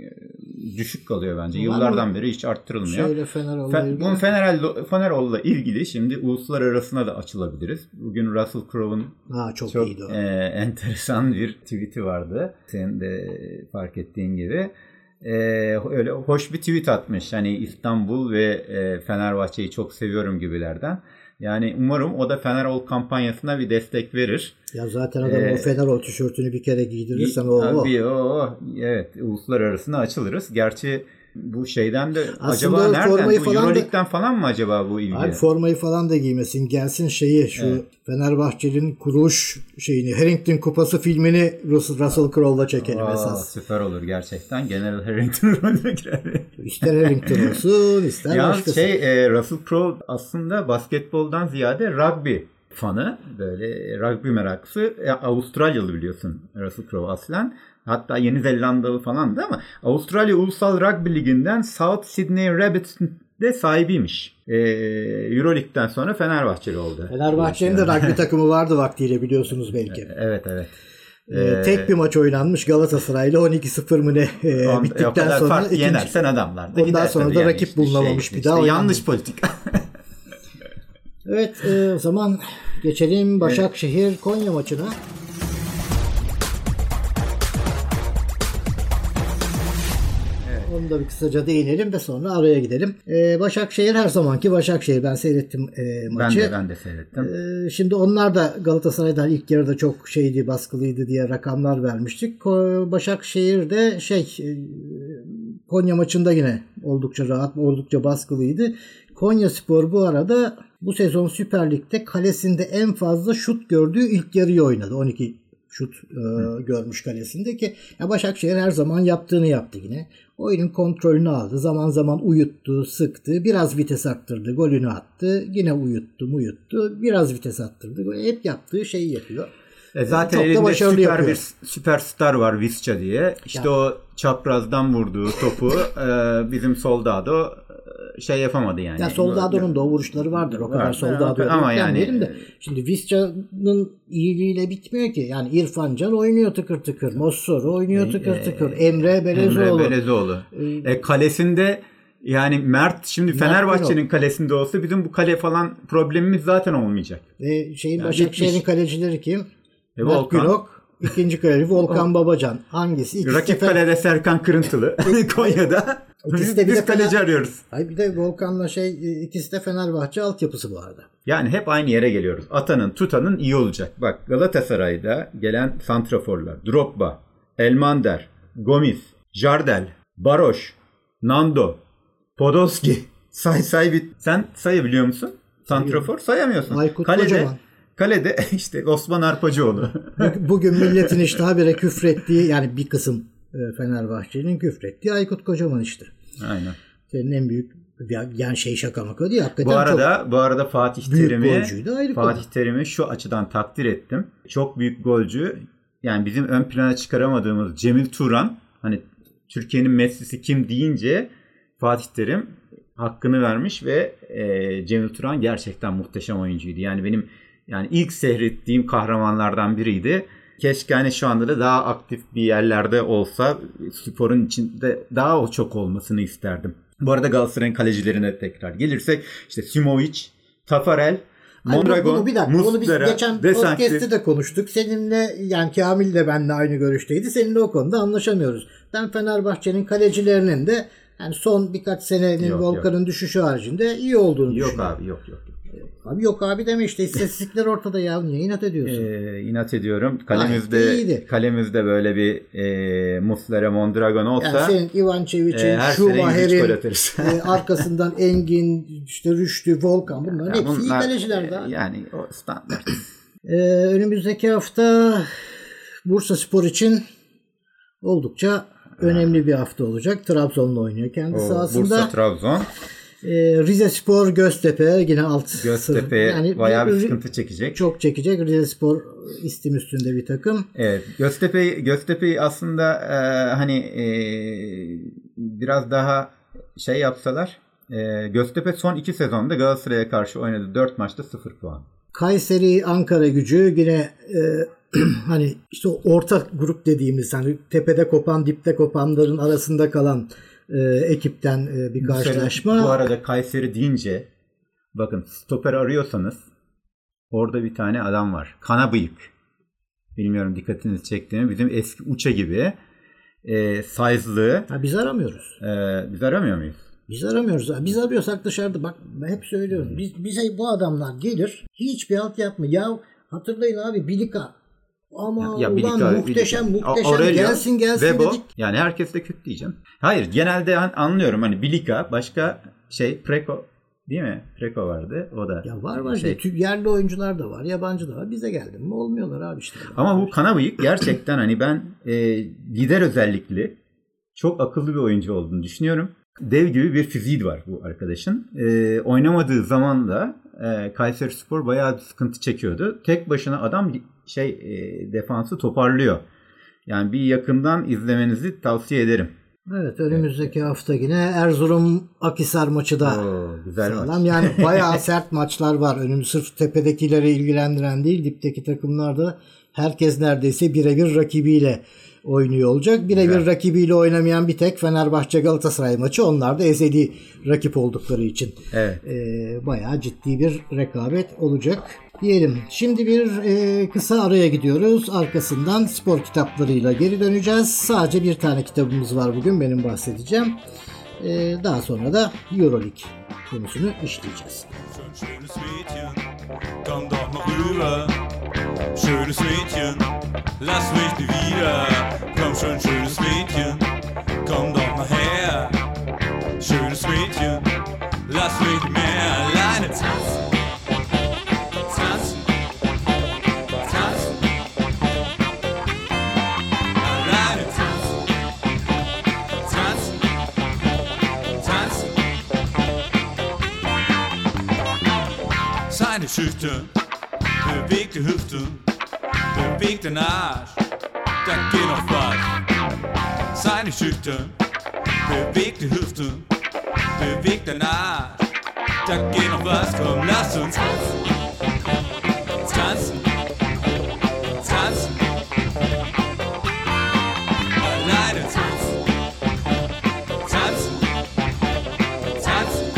düşük kalıyor bence. Yıllardan beri hiç arttırılmıyor. Şöyle Fenerol'la Fe, bunun Fenerol, Fenerol'la ilgili şimdi uluslararasına da açılabiliriz. Bugün Russell Crowe'un çok, çok e, enteresan bir tweet'i vardı. Senin de fark ettiğin gibi. Ee, öyle hoş bir tweet atmış. Hani İstanbul ve e, Fenerbahçe'yi çok seviyorum gibilerden. Yani umarım o da Fenerol kampanyasına bir destek verir. Ya zaten adam ee, o Fenerol tişörtünü bir kere giydirirsen o o. Tabii o. Evet, uluslararasına açılırız. Gerçi bu şeyden de aslında acaba nereden? Bu Euroleague'den da, falan mı acaba bu ilgi? Abi formayı falan da giymesin. Gelsin şeyi şu evet. Fenerbahçe'nin kuruluş şeyini, Harrington Kupası filmini Russell Crowe'la çekelim Aa, esas. Süper olur gerçekten. General Harrington rolüne girer. İster Harrington olsun, ister ya başkası. Şey, e, Russell Crowe aslında basketboldan ziyade rugby fanı. Böyle rugby meraklısı. E, Avustralyalı biliyorsun Russell Crowe aslen. Hatta Yeni Zelandalı falan da ama Avustralya Ulusal Rugby Ligi'nden South Sydney Rabbits'in de sahibiymiş. Ee, Euroleague'den sonra Fenerbahçeli oldu. Fenerbahçe'nin de rugby takımı vardı vaktiyle biliyorsunuz belki. Evet evet. Ee, Tek bir maç oynanmış Galatasaray'la on iki sıfır mı ne e, on, bittikten sonra ikinci, yenersen adamlar da ondan sonra da yani rakip işte bulunamamış şey, bir işte daha. Yanlış politika. Evet e, o zaman geçelim Başakşehir Konya maçına. Onu da bir kısaca değinelim ve sonra araya gidelim. Ee, Başakşehir her zamanki Başakşehir. Ben seyrettim e, maçı. Ben de, ben de seyrettim. Ee, şimdi onlar da Galatasaray'dan ilk yarıda çok şeydi, baskılıydı diye rakamlar vermiştik. Başakşehir de şey Konya maçında yine oldukça rahat, oldukça baskılıydı. Konyaspor bu arada bu sezon Süper Lig'de kalesinde en fazla şut gördüğü ilk yarıyı oynadı. on iki şut e, görmüş kalesinde ki ya Başakşehir her zaman yaptığını yaptı yine. Oyunun kontrolünü aldı. Zaman zaman uyuttu, sıktı. Biraz vites arttırdı. Golünü attı. Yine uyuttu, uyuttu. Biraz vites arttırdı. Hep yaptığı şeyi yapıyor. E zaten çok elinde süper yapıyor. Bir süperstar var Visca diye. İşte yani. O çaprazdan vurduğu topu e, bizim Soldado şey yapamadı yani. Ya Soldado'nun da o vuruşları vardır. O kadar var, Soldado'ya ama yani de. Şimdi Visca'nın iyiliğiyle bitmiyor ki. Yani İrfan Can oynuyor tıkır tıkır. Mossoro oynuyor tıkır e, tıkır. Emre Belezoğlu. Emre Belezoğlu. E, e, kalesinde yani Mert şimdi Mert Fenerbahçe'nin Mert kalesinde olsa bizim bu kale falan problemimiz zaten olmayacak. E, şeyin yani Başakşehir'in kalecileri kim? E, Mert Volkan. Günok. İkinci kaleci Volkan Babacan. Hangisi? İkisi Rakip sefer... kalede Serkan Kırıntılı. Konya'da. Biz, de biz kaleci Fener... arıyoruz. Hayır bir de Volkan'la şey ikisi de Fenerbahçe altyapısı bu arada. Yani hep aynı yere geliyoruz. Atanın tutanın iyi olacak. Bak Galatasaray'da gelen santraforlar. Drogba, Elmander, Gomis, Jardel, Baroş, Nando, Podolski. Say say bit. Sen sayabiliyor musun? Santrafor sayamıyorsun. Aykut Kalede, Kocaman. Kalede işte Osman Arpacıoğlu. Bugün milletin işte habire küfrettiği yani bir kısım Fenerbahçe'nin küfrettiği Aykut Kocaman işte. Aynen. Senin en büyük yani şey şaka maka değil. Hakikaten bu arada bu arada Fatih Terim'i Fatih konu. Terim'i şu açıdan takdir ettim. Çok büyük golcü. Yani bizim ön plana çıkaramadığımız Cemil Turan hani Türkiye'nin Messi'si kim deyince Fatih Terim hakkını vermiş ve e, Cemil Turan gerçekten muhteşem oyuncuydu. Yani benim yani ilk seyrettiğim kahramanlardan biriydi. keşke hani şu anda da daha aktif bir yerlerde olsa, sporun içinde daha çok olmasını isterdim. Bu arada Galatasaray'ın kalecilerine tekrar gelirsek işte Simovic, Tafarel, Mondragon, bunu, bir dakika, bunu biz Muslera, geçen Desanctis. podcast'te de konuştuk. Seninle, yani Kamil de benimle aynı görüşteydi. Seninle o konuda anlaşamıyoruz. Ben Fenerbahçe'nin kalecilerinin de yani son birkaç senenin Yok, Volkan'ın yok. düşüşü haricinde iyi olduğunu Yok düşünüyorum. abi yok yok. yok. Abi yok abi deme işte, istatistikler ortada ya. Niye inat ediyorsun? Ee, inat ediyorum. Gayet Kalemizde kalemizde böyle bir e, Muslera, Mondragon olsa Yani senin Ivancevic'in, e, her sene yüz üç gol Schumacher'in atarız. e, arkasından Engin, işte Rüştü, Volkan, bunların Ya hepsi iyi bunlar, kaleciler daha. e, Yani o standart. Ee, önümüzdeki hafta Bursa Spor için oldukça önemli bir hafta olacak. Trabzon'la oynuyor kendi O, sahasında. Bursa, Trabzon. Ee, Rize Spor, Göztepe yine alt Göztepe yani bayağı bir bir- sıkıntı çekecek. Çok çekecek. Rize Spor istim üstünde bir takım. Evet, Göztepe Göztepe'yi aslında e, hani e, biraz daha şey yapsalar, e, Göztepe son iki sezonda Galatasaray'a karşı oynadı. dört maçta sıfır puan. Kayseri, Ankara Gücü yine e, hani işte o orta grup dediğimiz, hani tepede kopan, dipte kopanların arasında kalan e, ekipten e, bir karşılaşma. Bu arada Kayseri deyince bakın, stoper arıyorsanız orada bir tane adam var. Kanabıyık. Bilmiyorum dikkatinizi çekti mi? Bizim eski Uça gibi e, size'lı. Ha, biz aramıyoruz. E, biz aramıyor muyuz? Biz aramıyoruz. Biz arıyorsak dışarıda, bak ben hep söylüyorum. Biz, bize bu adamlar gelir, hiçbir halt yapmıyor. Ya hatırlayın abi, Bilika. Ama Ya, ya ulan Bilika, muhteşem Bilika. muhteşem Aurelio, gelsin gelsin Vebo, dedik. yani herkes de kötü diyeceğim. Hayır, genelde an- anlıyorum hani Bilika, başka şey Preko değil mi? Preko vardı. O da. Ya var var şey. işte. Yerli oyuncular da var, yabancı da var. Bize geldi mi olmuyorlar abi işte. Ama bu Kanabıyık gerçekten hani ben e, lider özellikli çok akıllı bir oyuncu olduğunu düşünüyorum. Dev gibi bir fiziği var bu arkadaşın. E, oynamadığı zaman da e, Kayserispor bayağı bir sıkıntı çekiyordu. Tek başına adam şey e, defansı toparlıyor. Yani bir yakından izlemenizi tavsiye ederim. Evet, önümüzdeki evet. hafta yine Erzurum Akhisar maçı da Oo, güzel sağlam. maç. Yani bayağı sert maçlar var. Önüm sırf tepedekileri ilgilendiren değil, dipteki takımlar da herkes neredeyse birebir rakibiyle oynuyor olacak. Birebir rakibiyle oynamayan bir tek Fenerbahçe Galatasaray maçı. Onlar da ezeli rakip oldukları için Evet. e, bayağı ciddi bir rekabet olacak diyelim. Şimdi bir e, kısa araya gidiyoruz. Arkasından spor kitaplarıyla geri döneceğiz. Sadece bir tane kitabımız var bugün benim bahsedeceğim. E, daha sonra da Euroleague konusunu işleyeceğiz. Schönes Mädchen, lass mich nie wieder. Komm schon, schönes Mädchen, komm doch mal her. Schönes Mädchen, lass mich nicht mehr alleine tanzen. Tanzen, tanzen. Alleine tanzen. Tanzen, tanzen. Sei nicht schüchtern, beweg die Hüfte. Beweg den Arsch, da geht noch was. Sei nicht schüchtern, beweg die Hüfte, beweg den Arsch, da geht noch was. Komm, lass uns tanzen, tanzen, tanzen. Alleine tanzen, tanzen, tanzen.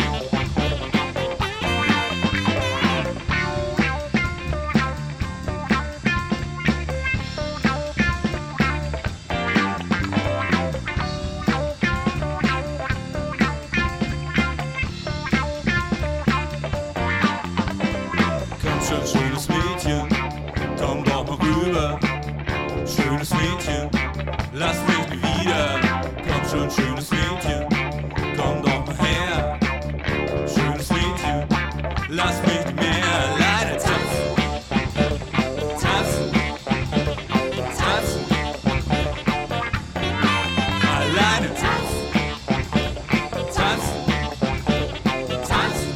Schönes Mädchen, komm doch mal rüber. Schönes Mädchen, lass mich nie wieder. Komm schon, schönes Mädchen, komm doch mal her. Schönes Mädchen, lass mich nicht mehr alleine tanzen. Tanzen, tanzen. Alleine tanzen. Tanzen, tanzen.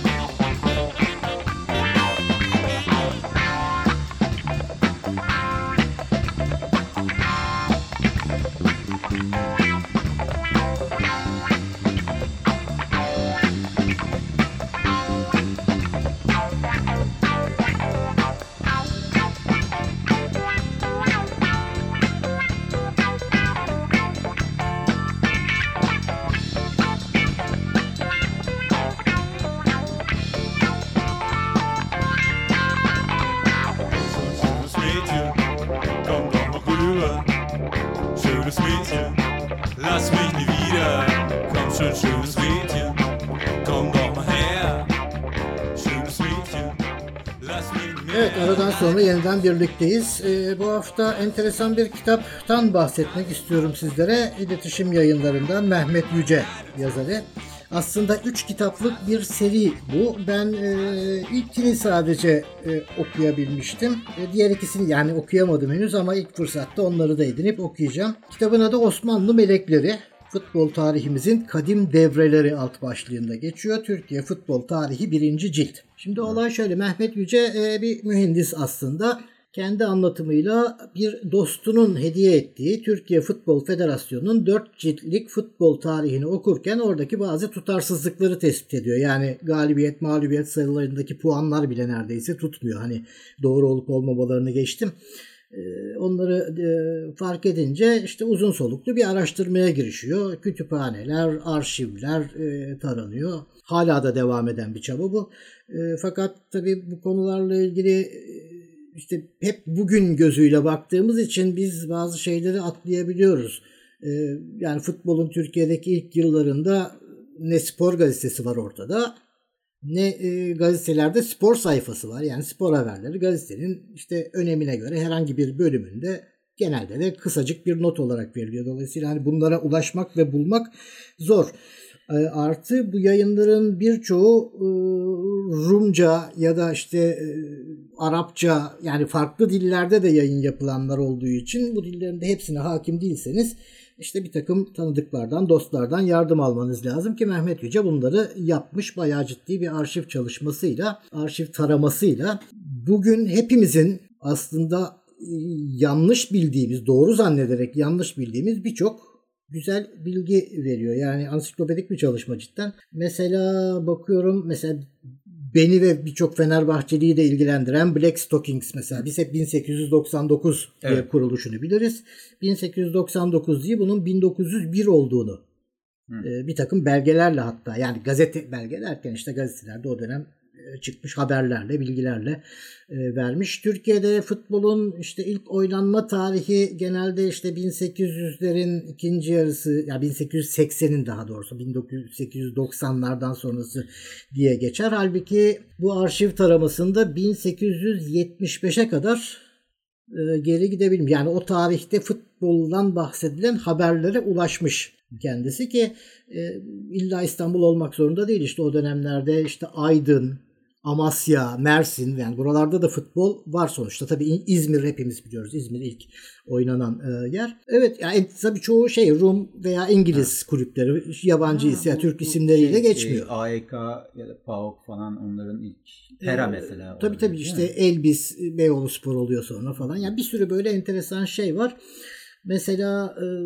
meet you. Kom bort mig här. Schön att meet you. Lass mich Evet, aradan sonra yeniden birlikteyiz. Ee, bu hafta enteresan bir kitaptan bahsetmek istiyorum sizlere. İletişim Yayınlarından Mehmet Yüce yazarı. Aslında üç kitaplık bir seri bu. Ben e, ilkini sadece e, okuyabilmiştim. E, diğer ikisini yani okuyamadım henüz ama ilk fırsatta onları da edinip okuyacağım. Kitabın adı Osmanlı Melekleri. Futbol tarihimizin kadim devreleri alt başlığında geçiyor. Türkiye futbol tarihi birinci cilt. Şimdi olay şöyle. Mehmet Yüce e, bir mühendis aslında. Kendi anlatımıyla bir dostunun hediye ettiği Türkiye Futbol Federasyonu'nun dört ciltlik futbol tarihini okurken oradaki bazı tutarsızlıkları tespit ediyor. Yani galibiyet, mağlubiyet sayılarındaki puanlar bile neredeyse tutmuyor. Hani doğru olup olmamalarını geçtim. Onları fark edince işte uzun soluklu bir araştırmaya girişiyor. Kütüphaneler, arşivler taranıyor. Hala da devam eden bir çaba bu. Fakat tabii bu konularla ilgili İşte hep bugün gözüyle baktığımız için biz bazı şeyleri atlayabiliyoruz. Ee, yani futbolun Türkiye'deki ilk yıllarında ne spor gazetesi var ortada, ne e, gazetelerde spor sayfası var. Yani spor haberleri gazetenin işte önemine göre herhangi bir bölümünde genelde de kısacık bir not olarak veriliyor. Dolayısıyla hani bunlara ulaşmak ve bulmak zor. Artı bu yayınların birçoğu Rumca ya da işte Arapça yani farklı dillerde de yayın yapılanlar olduğu için bu dillerin de hepsine hakim değilseniz işte bir takım tanıdıklardan, dostlardan yardım almanız lazım ki Mehmet Yüce bunları yapmış. Bayağı ciddi bir arşiv çalışmasıyla, arşiv taramasıyla bugün hepimizin aslında yanlış bildiğimiz, doğru zannederek yanlış bildiğimiz birçok güzel bilgi veriyor. Yani ansiklopedik bir çalışma cidden. Mesela bakıyorum mesela beni ve birçok Fenerbahçeliyi de ilgilendiren Black Stockings mesela. Biz hep bin sekiz yüz doksan dokuz evet. diye kuruluşunu biliriz. bin sekiz yüz doksan dokuz diye bunun bin dokuz yüz bir olduğunu e, bir takım belgelerle hatta yani gazete belge derken işte gazetelerde o dönem çıkmış haberlerle, bilgilerle e, vermiş. Türkiye'de futbolun işte ilk oynanma tarihi genelde işte bin sekiz yüzlerin ikinci yarısı ya yani bin sekiz yüz seksenin daha doğrusu bin sekiz yüz doksanlardan sonrası diye geçer. Halbuki bu arşiv taramasında bin sekiz yüz yetmiş beşe kadar e, geri gidebilmiş. Yani o tarihte futboldan bahsedilen haberlere ulaşmış kendisi ki e, illa İstanbul olmak zorunda değil. İşte o dönemlerde işte Aydın, Amasya, Mersin yani buralarda da futbol var sonuçta. Tabii İzmir hepimiz biliyoruz. İzmir ilk oynanan e, yer. Evet yani tabii çoğu şey Rum veya İngiliz ha. kulüpleri yabancı ise yani Türk isimleriyle şey, geçmiyor. E, A E K ya da PAOK falan onların ilk Pera e, mesela. Tabii tabii işte Elbis, Beyoğluspor oluyor sonra falan. Yani bir sürü böyle enteresan şey var. Mesela e,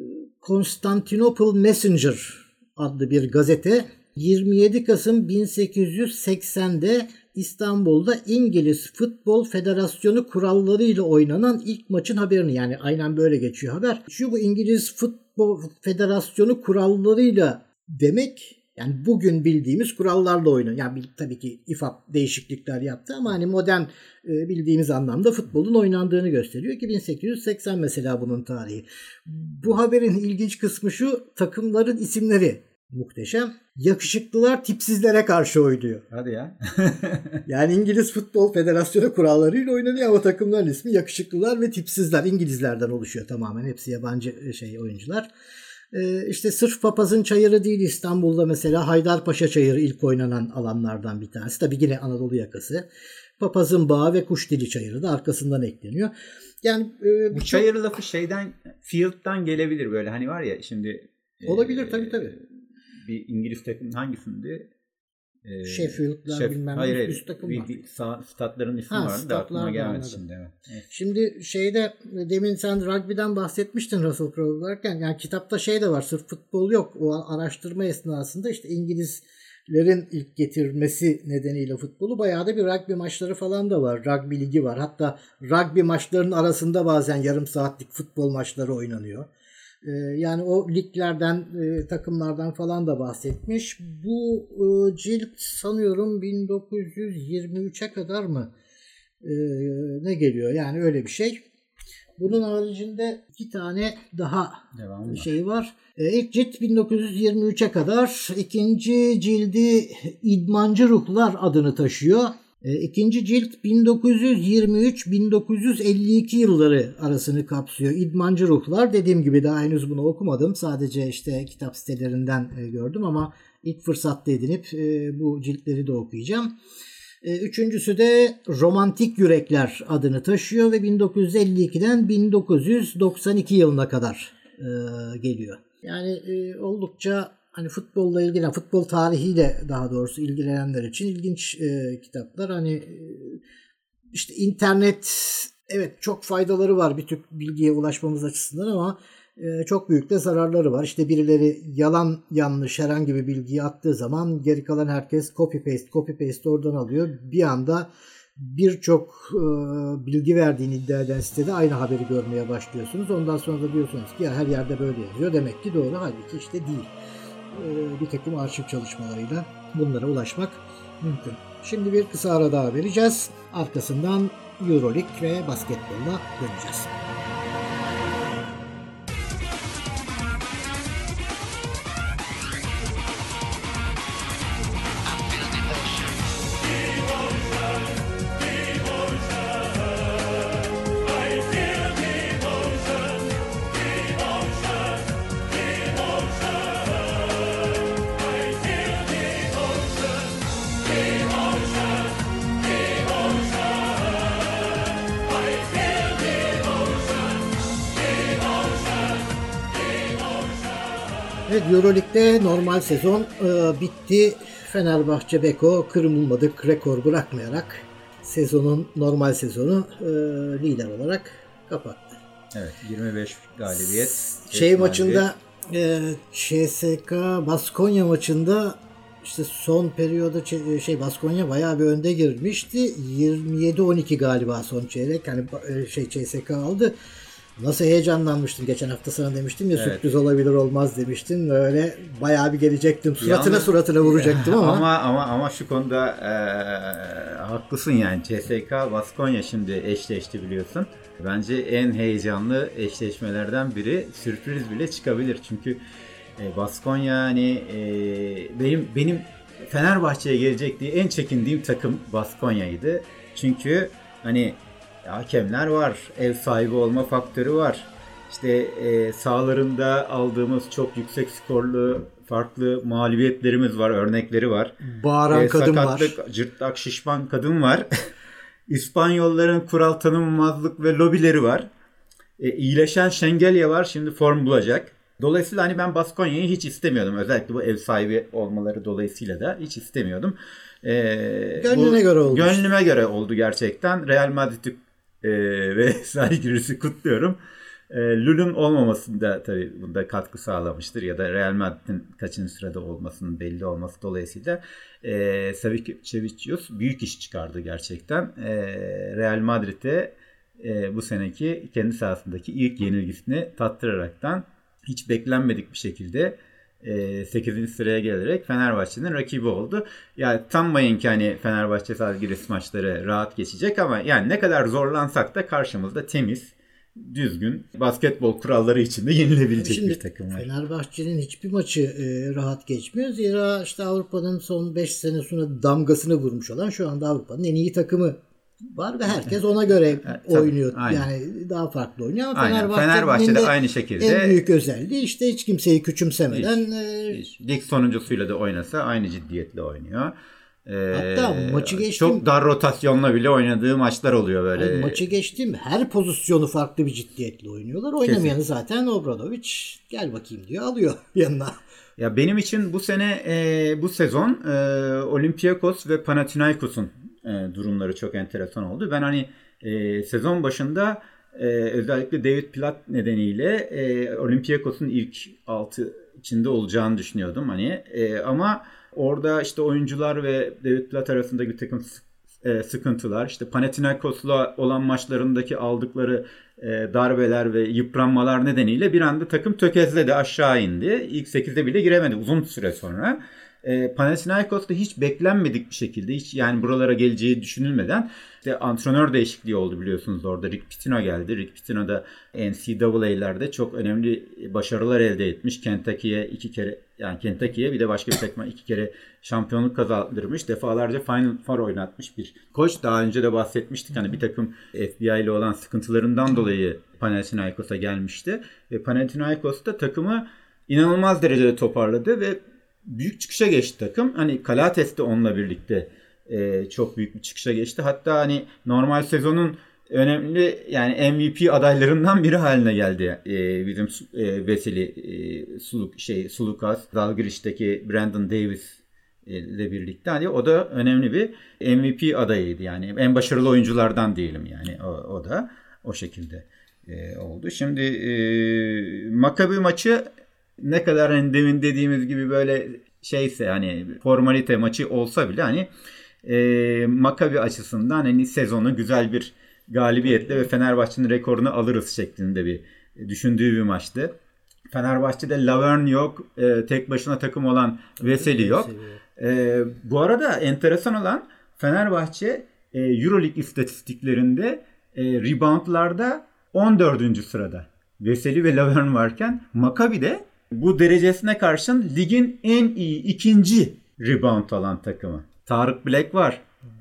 Constantinople Messenger adlı bir gazete yirmi yedi Kasım bin sekiz yüz seksende İstanbul'da İngiliz Futbol Federasyonu kurallarıyla oynanan ilk maçın haberini yani aynen böyle geçiyor haber. Şu bu İngiliz Futbol Federasyonu kurallarıyla demek yani bugün bildiğimiz kurallarla oynanan. Yani tabii ki İ F A B değişiklikler yaptı ama hani modern e, bildiğimiz anlamda futbolun oynandığını gösteriyor ki bin sekiz yüz seksen mesela bunun tarihi. Bu haberin ilginç kısmı şu takımların isimleri muhteşem. Yakışıklılar tipsizlere karşı oynuyor. Hadi ya. Yani İngiliz Futbol Federasyonu kurallarıyla oynanıyor ama takımların ismi yakışıklılar ve tipsizler. İngilizlerden oluşuyor tamamen. Hepsi yabancı şey oyuncular. Ee, işte sırf Papaz'ın Çayırı değil İstanbul'da mesela Haydarpaşa Çayırı ilk oynanan alanlardan bir tanesi. Tabii yine Anadolu yakası. Papaz'ın Bağı ve Kuşdili Çayırı da arkasından ekleniyor. Yani e, bu çok... çayır lafı şeyden Field'dan gelebilir böyle hani var ya şimdi. Olabilir e, tabii tabii. Bir İngiliz takımın hangisinde? Ee, Sheffield'lar Şef, bilmem hayır, hayır, üst takım var. Bir, sağ, statların ismi ha, vardı da aklıma gelmedi şimdi. Evet. Evet. Şimdi şeyde demin sen rugby'den bahsetmiştin Russell Crowe derken yani kitapta şey de var sırf futbol yok. O araştırma esnasında işte İngilizlerin ilk getirmesi nedeniyle futbolu bayağı da bir rugby maçları falan da var. Rugby ligi var. Hatta rugby maçlarının arasında bazen yarım saatlik futbol maçları oynanıyor. Yani o liglerden, takımlardan falan da bahsetmiş. Bu cilt sanıyorum bin dokuz yüz yirmi üçe kadar mı ne geliyor? Yani öyle bir şey. Bunun haricinde iki tane daha Devam şey var. E, ilk cilt bin dokuz yüz yirmi üçe kadar, ikinci cildi İdmancı Ruhlar adını taşıyor. E, ikinci cilt bin dokuz yüz yirmi üç bin dokuz yüz elli iki yılları arasını kapsıyor. İdmancı Ruhlar, dediğim gibi daha henüz bunu okumadım. Sadece işte kitap sitelerinden e, gördüm ama ilk fırsatta edinip e, bu ciltleri de okuyacağım. Üçüncüsü de Romantik Yürekler adını taşıyor ve bin dokuz yüz elli ikiden bin dokuz yüz doksan iki yılına kadar e, geliyor. Yani e, oldukça hani futbolla ilgilenen, futbol tarihiyle daha doğrusu ilgilenenler için ilginç e, kitaplar. Hani e, işte internet, evet çok faydaları var bir tür bilgiye ulaşmamız açısından ama e, çok büyük de zararları var. İşte birileri yalan yanlış herhangi bir bilgiyi attığı zaman geri kalan herkes copy paste copy paste oradan alıyor. Bir anda birçok e, bilgi verdiğini iddia eden sitede aynı haberi görmeye başlıyorsunuz. Ondan sonra da diyorsunuz ki ya her yerde böyle yazıyor. Demek ki doğru. Halbuki işte değil. E, bir takım arşiv çalışmalarıyla bunlara ulaşmak mümkün. Şimdi bir kısa ara daha vereceğiz. Arkasından Euroleague ve basketbolla döneceğiz. Evet, Euroleague'de normal sezon e, bitti. Fenerbahçe Beko kırılmadık rekor bırakmayarak sezonun normal sezonu e, lider olarak kapattı. Evet, yirmi beş galibiyet. Şey maçında e, C S K Baskonya maçında işte son periyoda şey Baskonya bayağı bir önde girmişti. yirmi yedi on iki galiba son çeyrek. Hani şey C S K aldı. Nasıl heyecanlanmıştım. Geçen hafta sana demiştim ya, evet, sürpriz olabilir olmaz demiştim. Böyle bayağı bir gelecektim. Suratına Yalnız, suratına vuracaktım ama. Ama ama ama şu konuda e, haklısın yani. C S K Baskonya şimdi eşleşti biliyorsun. Bence en heyecanlı eşleşmelerden biri, sürpriz bile çıkabilir. Çünkü e, Baskonya hani e, benim benim Fenerbahçe'ye gelecek diye en çekindiğim takım Baskonya'ydı. Çünkü hani hakemler var, ev sahibi olma faktörü var. İşte e, sahalarında aldığımız çok yüksek skorlu farklı mağlubiyetlerimiz var, örnekleri var. Bağıran e, kadın sakatlık, var. Cırtlak, şişman kadın var. İspanyolların kural tanımamazlık ve lobileri var. E, iyileşen Şengelya var, şimdi form bulacak. Dolayısıyla hani ben Baskonya'yı hiç istemiyordum. Özellikle bu ev sahibi olmaları dolayısıyla da hiç istemiyordum. E, Gönlüne göre oldu. Gönlüme göre oldu gerçekten. Real Madrid'i e, ve Zalgiris'i kutluyorum. E, Lul'un olmamasında tabii bunda katkı sağlamıştır ya da Real Madrid'in kaçıncı sırada olmasının belli olması dolayısıyla e, Savicevicius büyük iş çıkardı gerçekten. E, Real Madrid'e e, bu seneki kendi sahasındaki ilk yenilgisini tattıraraktan hiç beklenmedik bir şekilde sekizinci sıraya gelerek Fenerbahçe'nin rakibi oldu. Yani sanmayın ki hani Fenerbahçe Zalgiris maçları rahat geçecek ama yani ne kadar zorlansak da karşımızda temiz, düzgün, basketbol kuralları içinde yenilebilecek Şimdi bir takım var. Fenerbahçe'nin hiçbir maçı e, rahat geçmiyor. Zira işte Avrupa'nın son beş sene sonra damgasını vurmuş olan şu anda Avrupa'nın en iyi takımı var ve herkes ona göre evet, oynuyor. Tabii, yani daha farklı oynuyor ama Fenerbahçe'nin Fenerbahçe'de aynı şekilde en büyük özelliği işte hiç kimseyi küçümsemeden hiç, e, hiç. lig sonuncusuyla da oynasa aynı ciddiyetle oynuyor. Ee, Hatta maçı geçtim. Çok dar rotasyonla bile oynadığı maçlar oluyor böyle. Yani maçı geçtim. Her pozisyonu farklı bir ciddiyetle oynuyorlar. Oynamayanı Kesin. Zaten Obradovic gel bakayım diyor, alıyor yanına. Ya benim için bu sene e, bu sezon e, Olympiakos ve Panathinaikos'un e, durumları çok enteresan oldu. Ben hani e, sezon başında e, özellikle David Platt nedeniyle e, Olympiakos'un ilk altı içinde olacağını düşünüyordum hani e, ama orada işte oyuncular ve David Platt arasındaki bir takım e, sıkıntılar, işte Panathinaikos'la olan maçlarındaki aldıkları e, darbeler ve yıpranmalar nedeniyle bir anda takım tökezledi, aşağı indi. İlk sekize bile giremedi uzun süre sonra. E, Panathinaikos'ta hiç beklenmedik bir şekilde, hiç yani buralara geleceği düşünülmeden işte antrenör değişikliği oldu biliyorsunuz orada. Rick Pitino geldi. Rick Pitino da N C A A'lerde çok önemli başarılar elde etmiş. Kentucky'ye iki kere yani Kentucky'ye bir de başka bir takıma iki kere şampiyonluk kazandırmış. Defalarca Final Four oynatmış bir koç. Daha önce de bahsetmiştik. Hani bir takım F B I ile olan sıkıntılarından dolayı Panathinaikos'a gelmişti. Ve Panathinaikos da takımı inanılmaz derecede toparladı ve büyük çıkışa geçti takım. Hani Kalates de onunla birlikte e, çok büyük bir çıkışa geçti. Hatta hani normal sezonun önemli yani M V P adaylarından biri haline geldi. E, bizim e, Veseli e, Suluk şey Sulukas, Zalgiris'teki Brandon Davis ile birlikte hani o da önemli bir M V P adayıydı. Yani en başarılı oyunculardan diyelim yani o, o da o şekilde e, oldu. Şimdi e, Maccabi maçı ne kadar hani demin dediğimiz gibi böyle şeyse hani formalite maçı olsa bile hani e, Maccabi açısından hani sezonu güzel bir galibiyetle ve Fenerbahçe'nin rekorunu alırız şeklinde bir düşündüğü bir maçtı. Fenerbahçe'de Laverne yok, e, tek başına takım olan Veseli yok. E, bu arada enteresan olan Fenerbahçe e, Euroleague istatistiklerinde e, reboundlarda on dördüncü sırada. Veseli ve Laverne varken Maccabi de bu derecesine karşın ligin en iyi ikinci rebound alan takımı. Tarık Black var.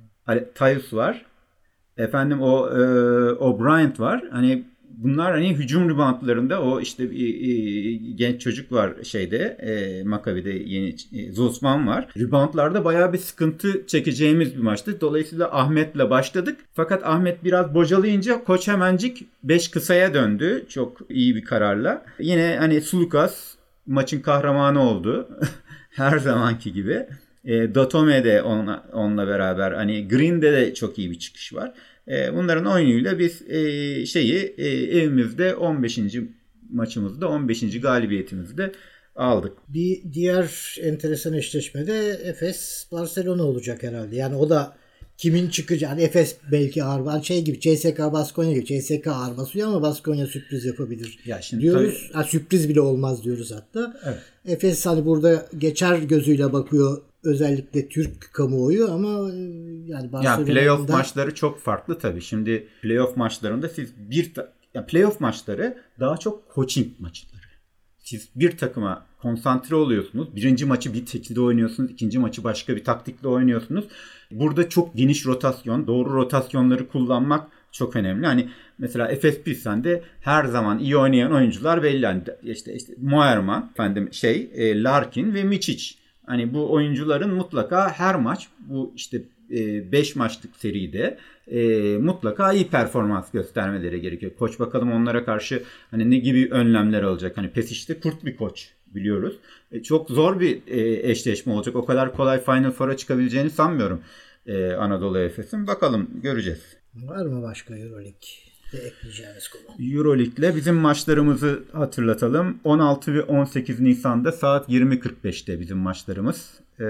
Tyus var. Efendim o e, O'Brien var. Hani bunlar hani hücum reboundlarında o işte e, e, genç çocuk var şeyde e, Maccabi'de yeni e, Zosman var. Reboundlarda bayağı bir sıkıntı çekeceğimiz bir maçtı. Dolayısıyla Ahmet'le başladık. Fakat Ahmet biraz bocalayınca koç hemencik beş kısaya döndü. Çok iyi bir kararla. Yine hani Sulukas maçın kahramanı oldu. Her zamanki gibi. E, Datome de onunla, onunla beraber hani Green'de de çok iyi bir çıkış var. E, bunların oyunuyla biz e, şeyi e, evimizde on beşinci maçımızda on beşinci galibiyetimizi aldık. Bir diğer enteresan eşleşmede Efes Barcelona olacak herhalde. Yani o da kimin çıkacağı, yani Efes belki ağır, şey gibi C S K Baskonya gibi, C S K ağır basıyor ama Baskonya sürpriz yapabilir ya şimdi diyoruz. Ha, sürpriz bile olmaz diyoruz hatta. Evet. Efes hani burada geçer gözüyle bakıyor özellikle Türk kamuoyu ama yani Barcelona'da... Ya playoff maçları çok farklı tabii. Şimdi playoff maçlarında siz bir ta- ya playoff maçları daha çok coaching maçları. Siz bir takıma konsantre oluyorsunuz. Birinci maçı bir şekilde oynuyorsunuz. İkinci maçı başka bir taktikle oynuyorsunuz. Burada çok geniş rotasyon, doğru rotasyonları kullanmak çok önemli. Hani mesela Efes Pilsen'de her zaman iyi oynayan oyuncular belli. Yani işte, işte Moerman, efendim şey, Larkin ve Mičić. Hani bu oyuncuların mutlaka her maç bu işte beş maçlık seride e, mutlaka iyi performans göstermeleri gerekiyor. Koç bakalım onlara karşı hani ne gibi önlemler alacak. Hani Pesic'te kurt bir koç biliyoruz. E, çok zor bir e, eşleşme olacak. O kadar kolay Final Four'a çıkabileceğini sanmıyorum e, Anadolu Efes'in. Bakalım göreceğiz. Var mı başka Euroleague'de ekleyeceğiniz konu? Euroleague'le bizim maçlarımızı hatırlatalım. on altı ve on sekiz Nisan'da saat yirmi kırk beşte bizim maçlarımız.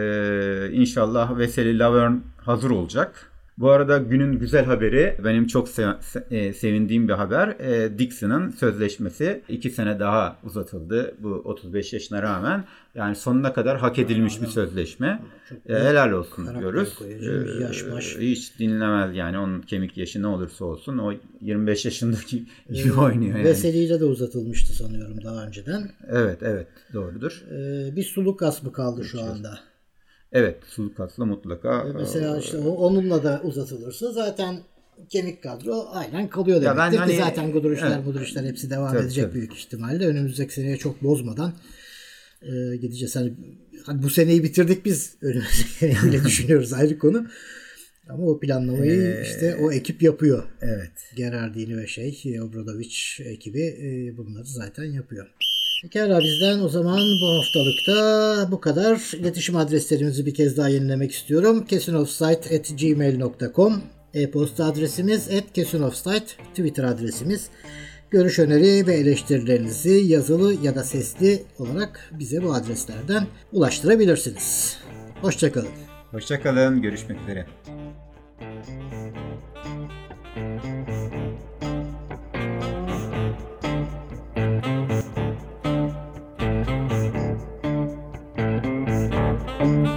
Ee, İnşallah Veseli Laverne hazır olacak. Bu arada günün güzel haberi, benim çok se- se- sevindiğim bir haber. E, Dixon'ın sözleşmesi iki sene daha uzatıldı. Bu otuz beş yaşına rağmen yani sonuna kadar hak edilmiş bir sözleşme. E, helal olsun diyoruz. E, yaş maş. Hiç dinlemez yani, onun kemik yaşı ne olursa olsun o yirmi beş yaşındaki gibi oynuyor yani. Veseli'yle de uzatılmıştı sanıyorum daha önceden. Evet evet doğrudur. E, bir Sulukas mı kaldı şu anda? Evet, Sulukas'la mutlaka. Mesela işte onunla da uzatılırsa zaten kemik kadro aynen kalıyor demektir. Hani, zaten Guduruşlar, evet, Guduruşlar hepsi devam tabii, edecek tabii. Büyük ihtimalle. Önümüzdeki seneye çok bozmadan e, gideceğiz. Hani, hani bu seneyi bitirdik biz. Önümüzdeki seneyi bile düşünüyoruz, ayrı konu. Ama o planlamayı ee, işte o ekip yapıyor. Evet. Gerardini ve şey Obradovic ekibi e, bunları zaten yapıyor. Pekala, bizden o zaman bu haftalıkta bu kadar. İletişim adreslerimizi bir kez daha yenilemek istiyorum. kesinofsite at gmail dot com e-posta adresimiz, at kesinofsite Twitter adresimiz. Görüş, öneri ve eleştirilerinizi yazılı ya da sesli olarak bize bu adreslerden ulaştırabilirsiniz. Hoşçakalın. Hoşçakalın. Görüşmek üzere. Thank you.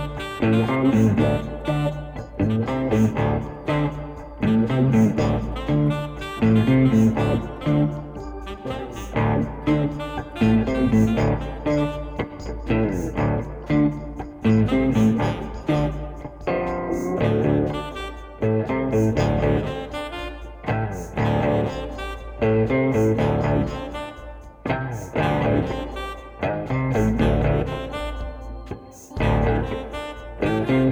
Thank you.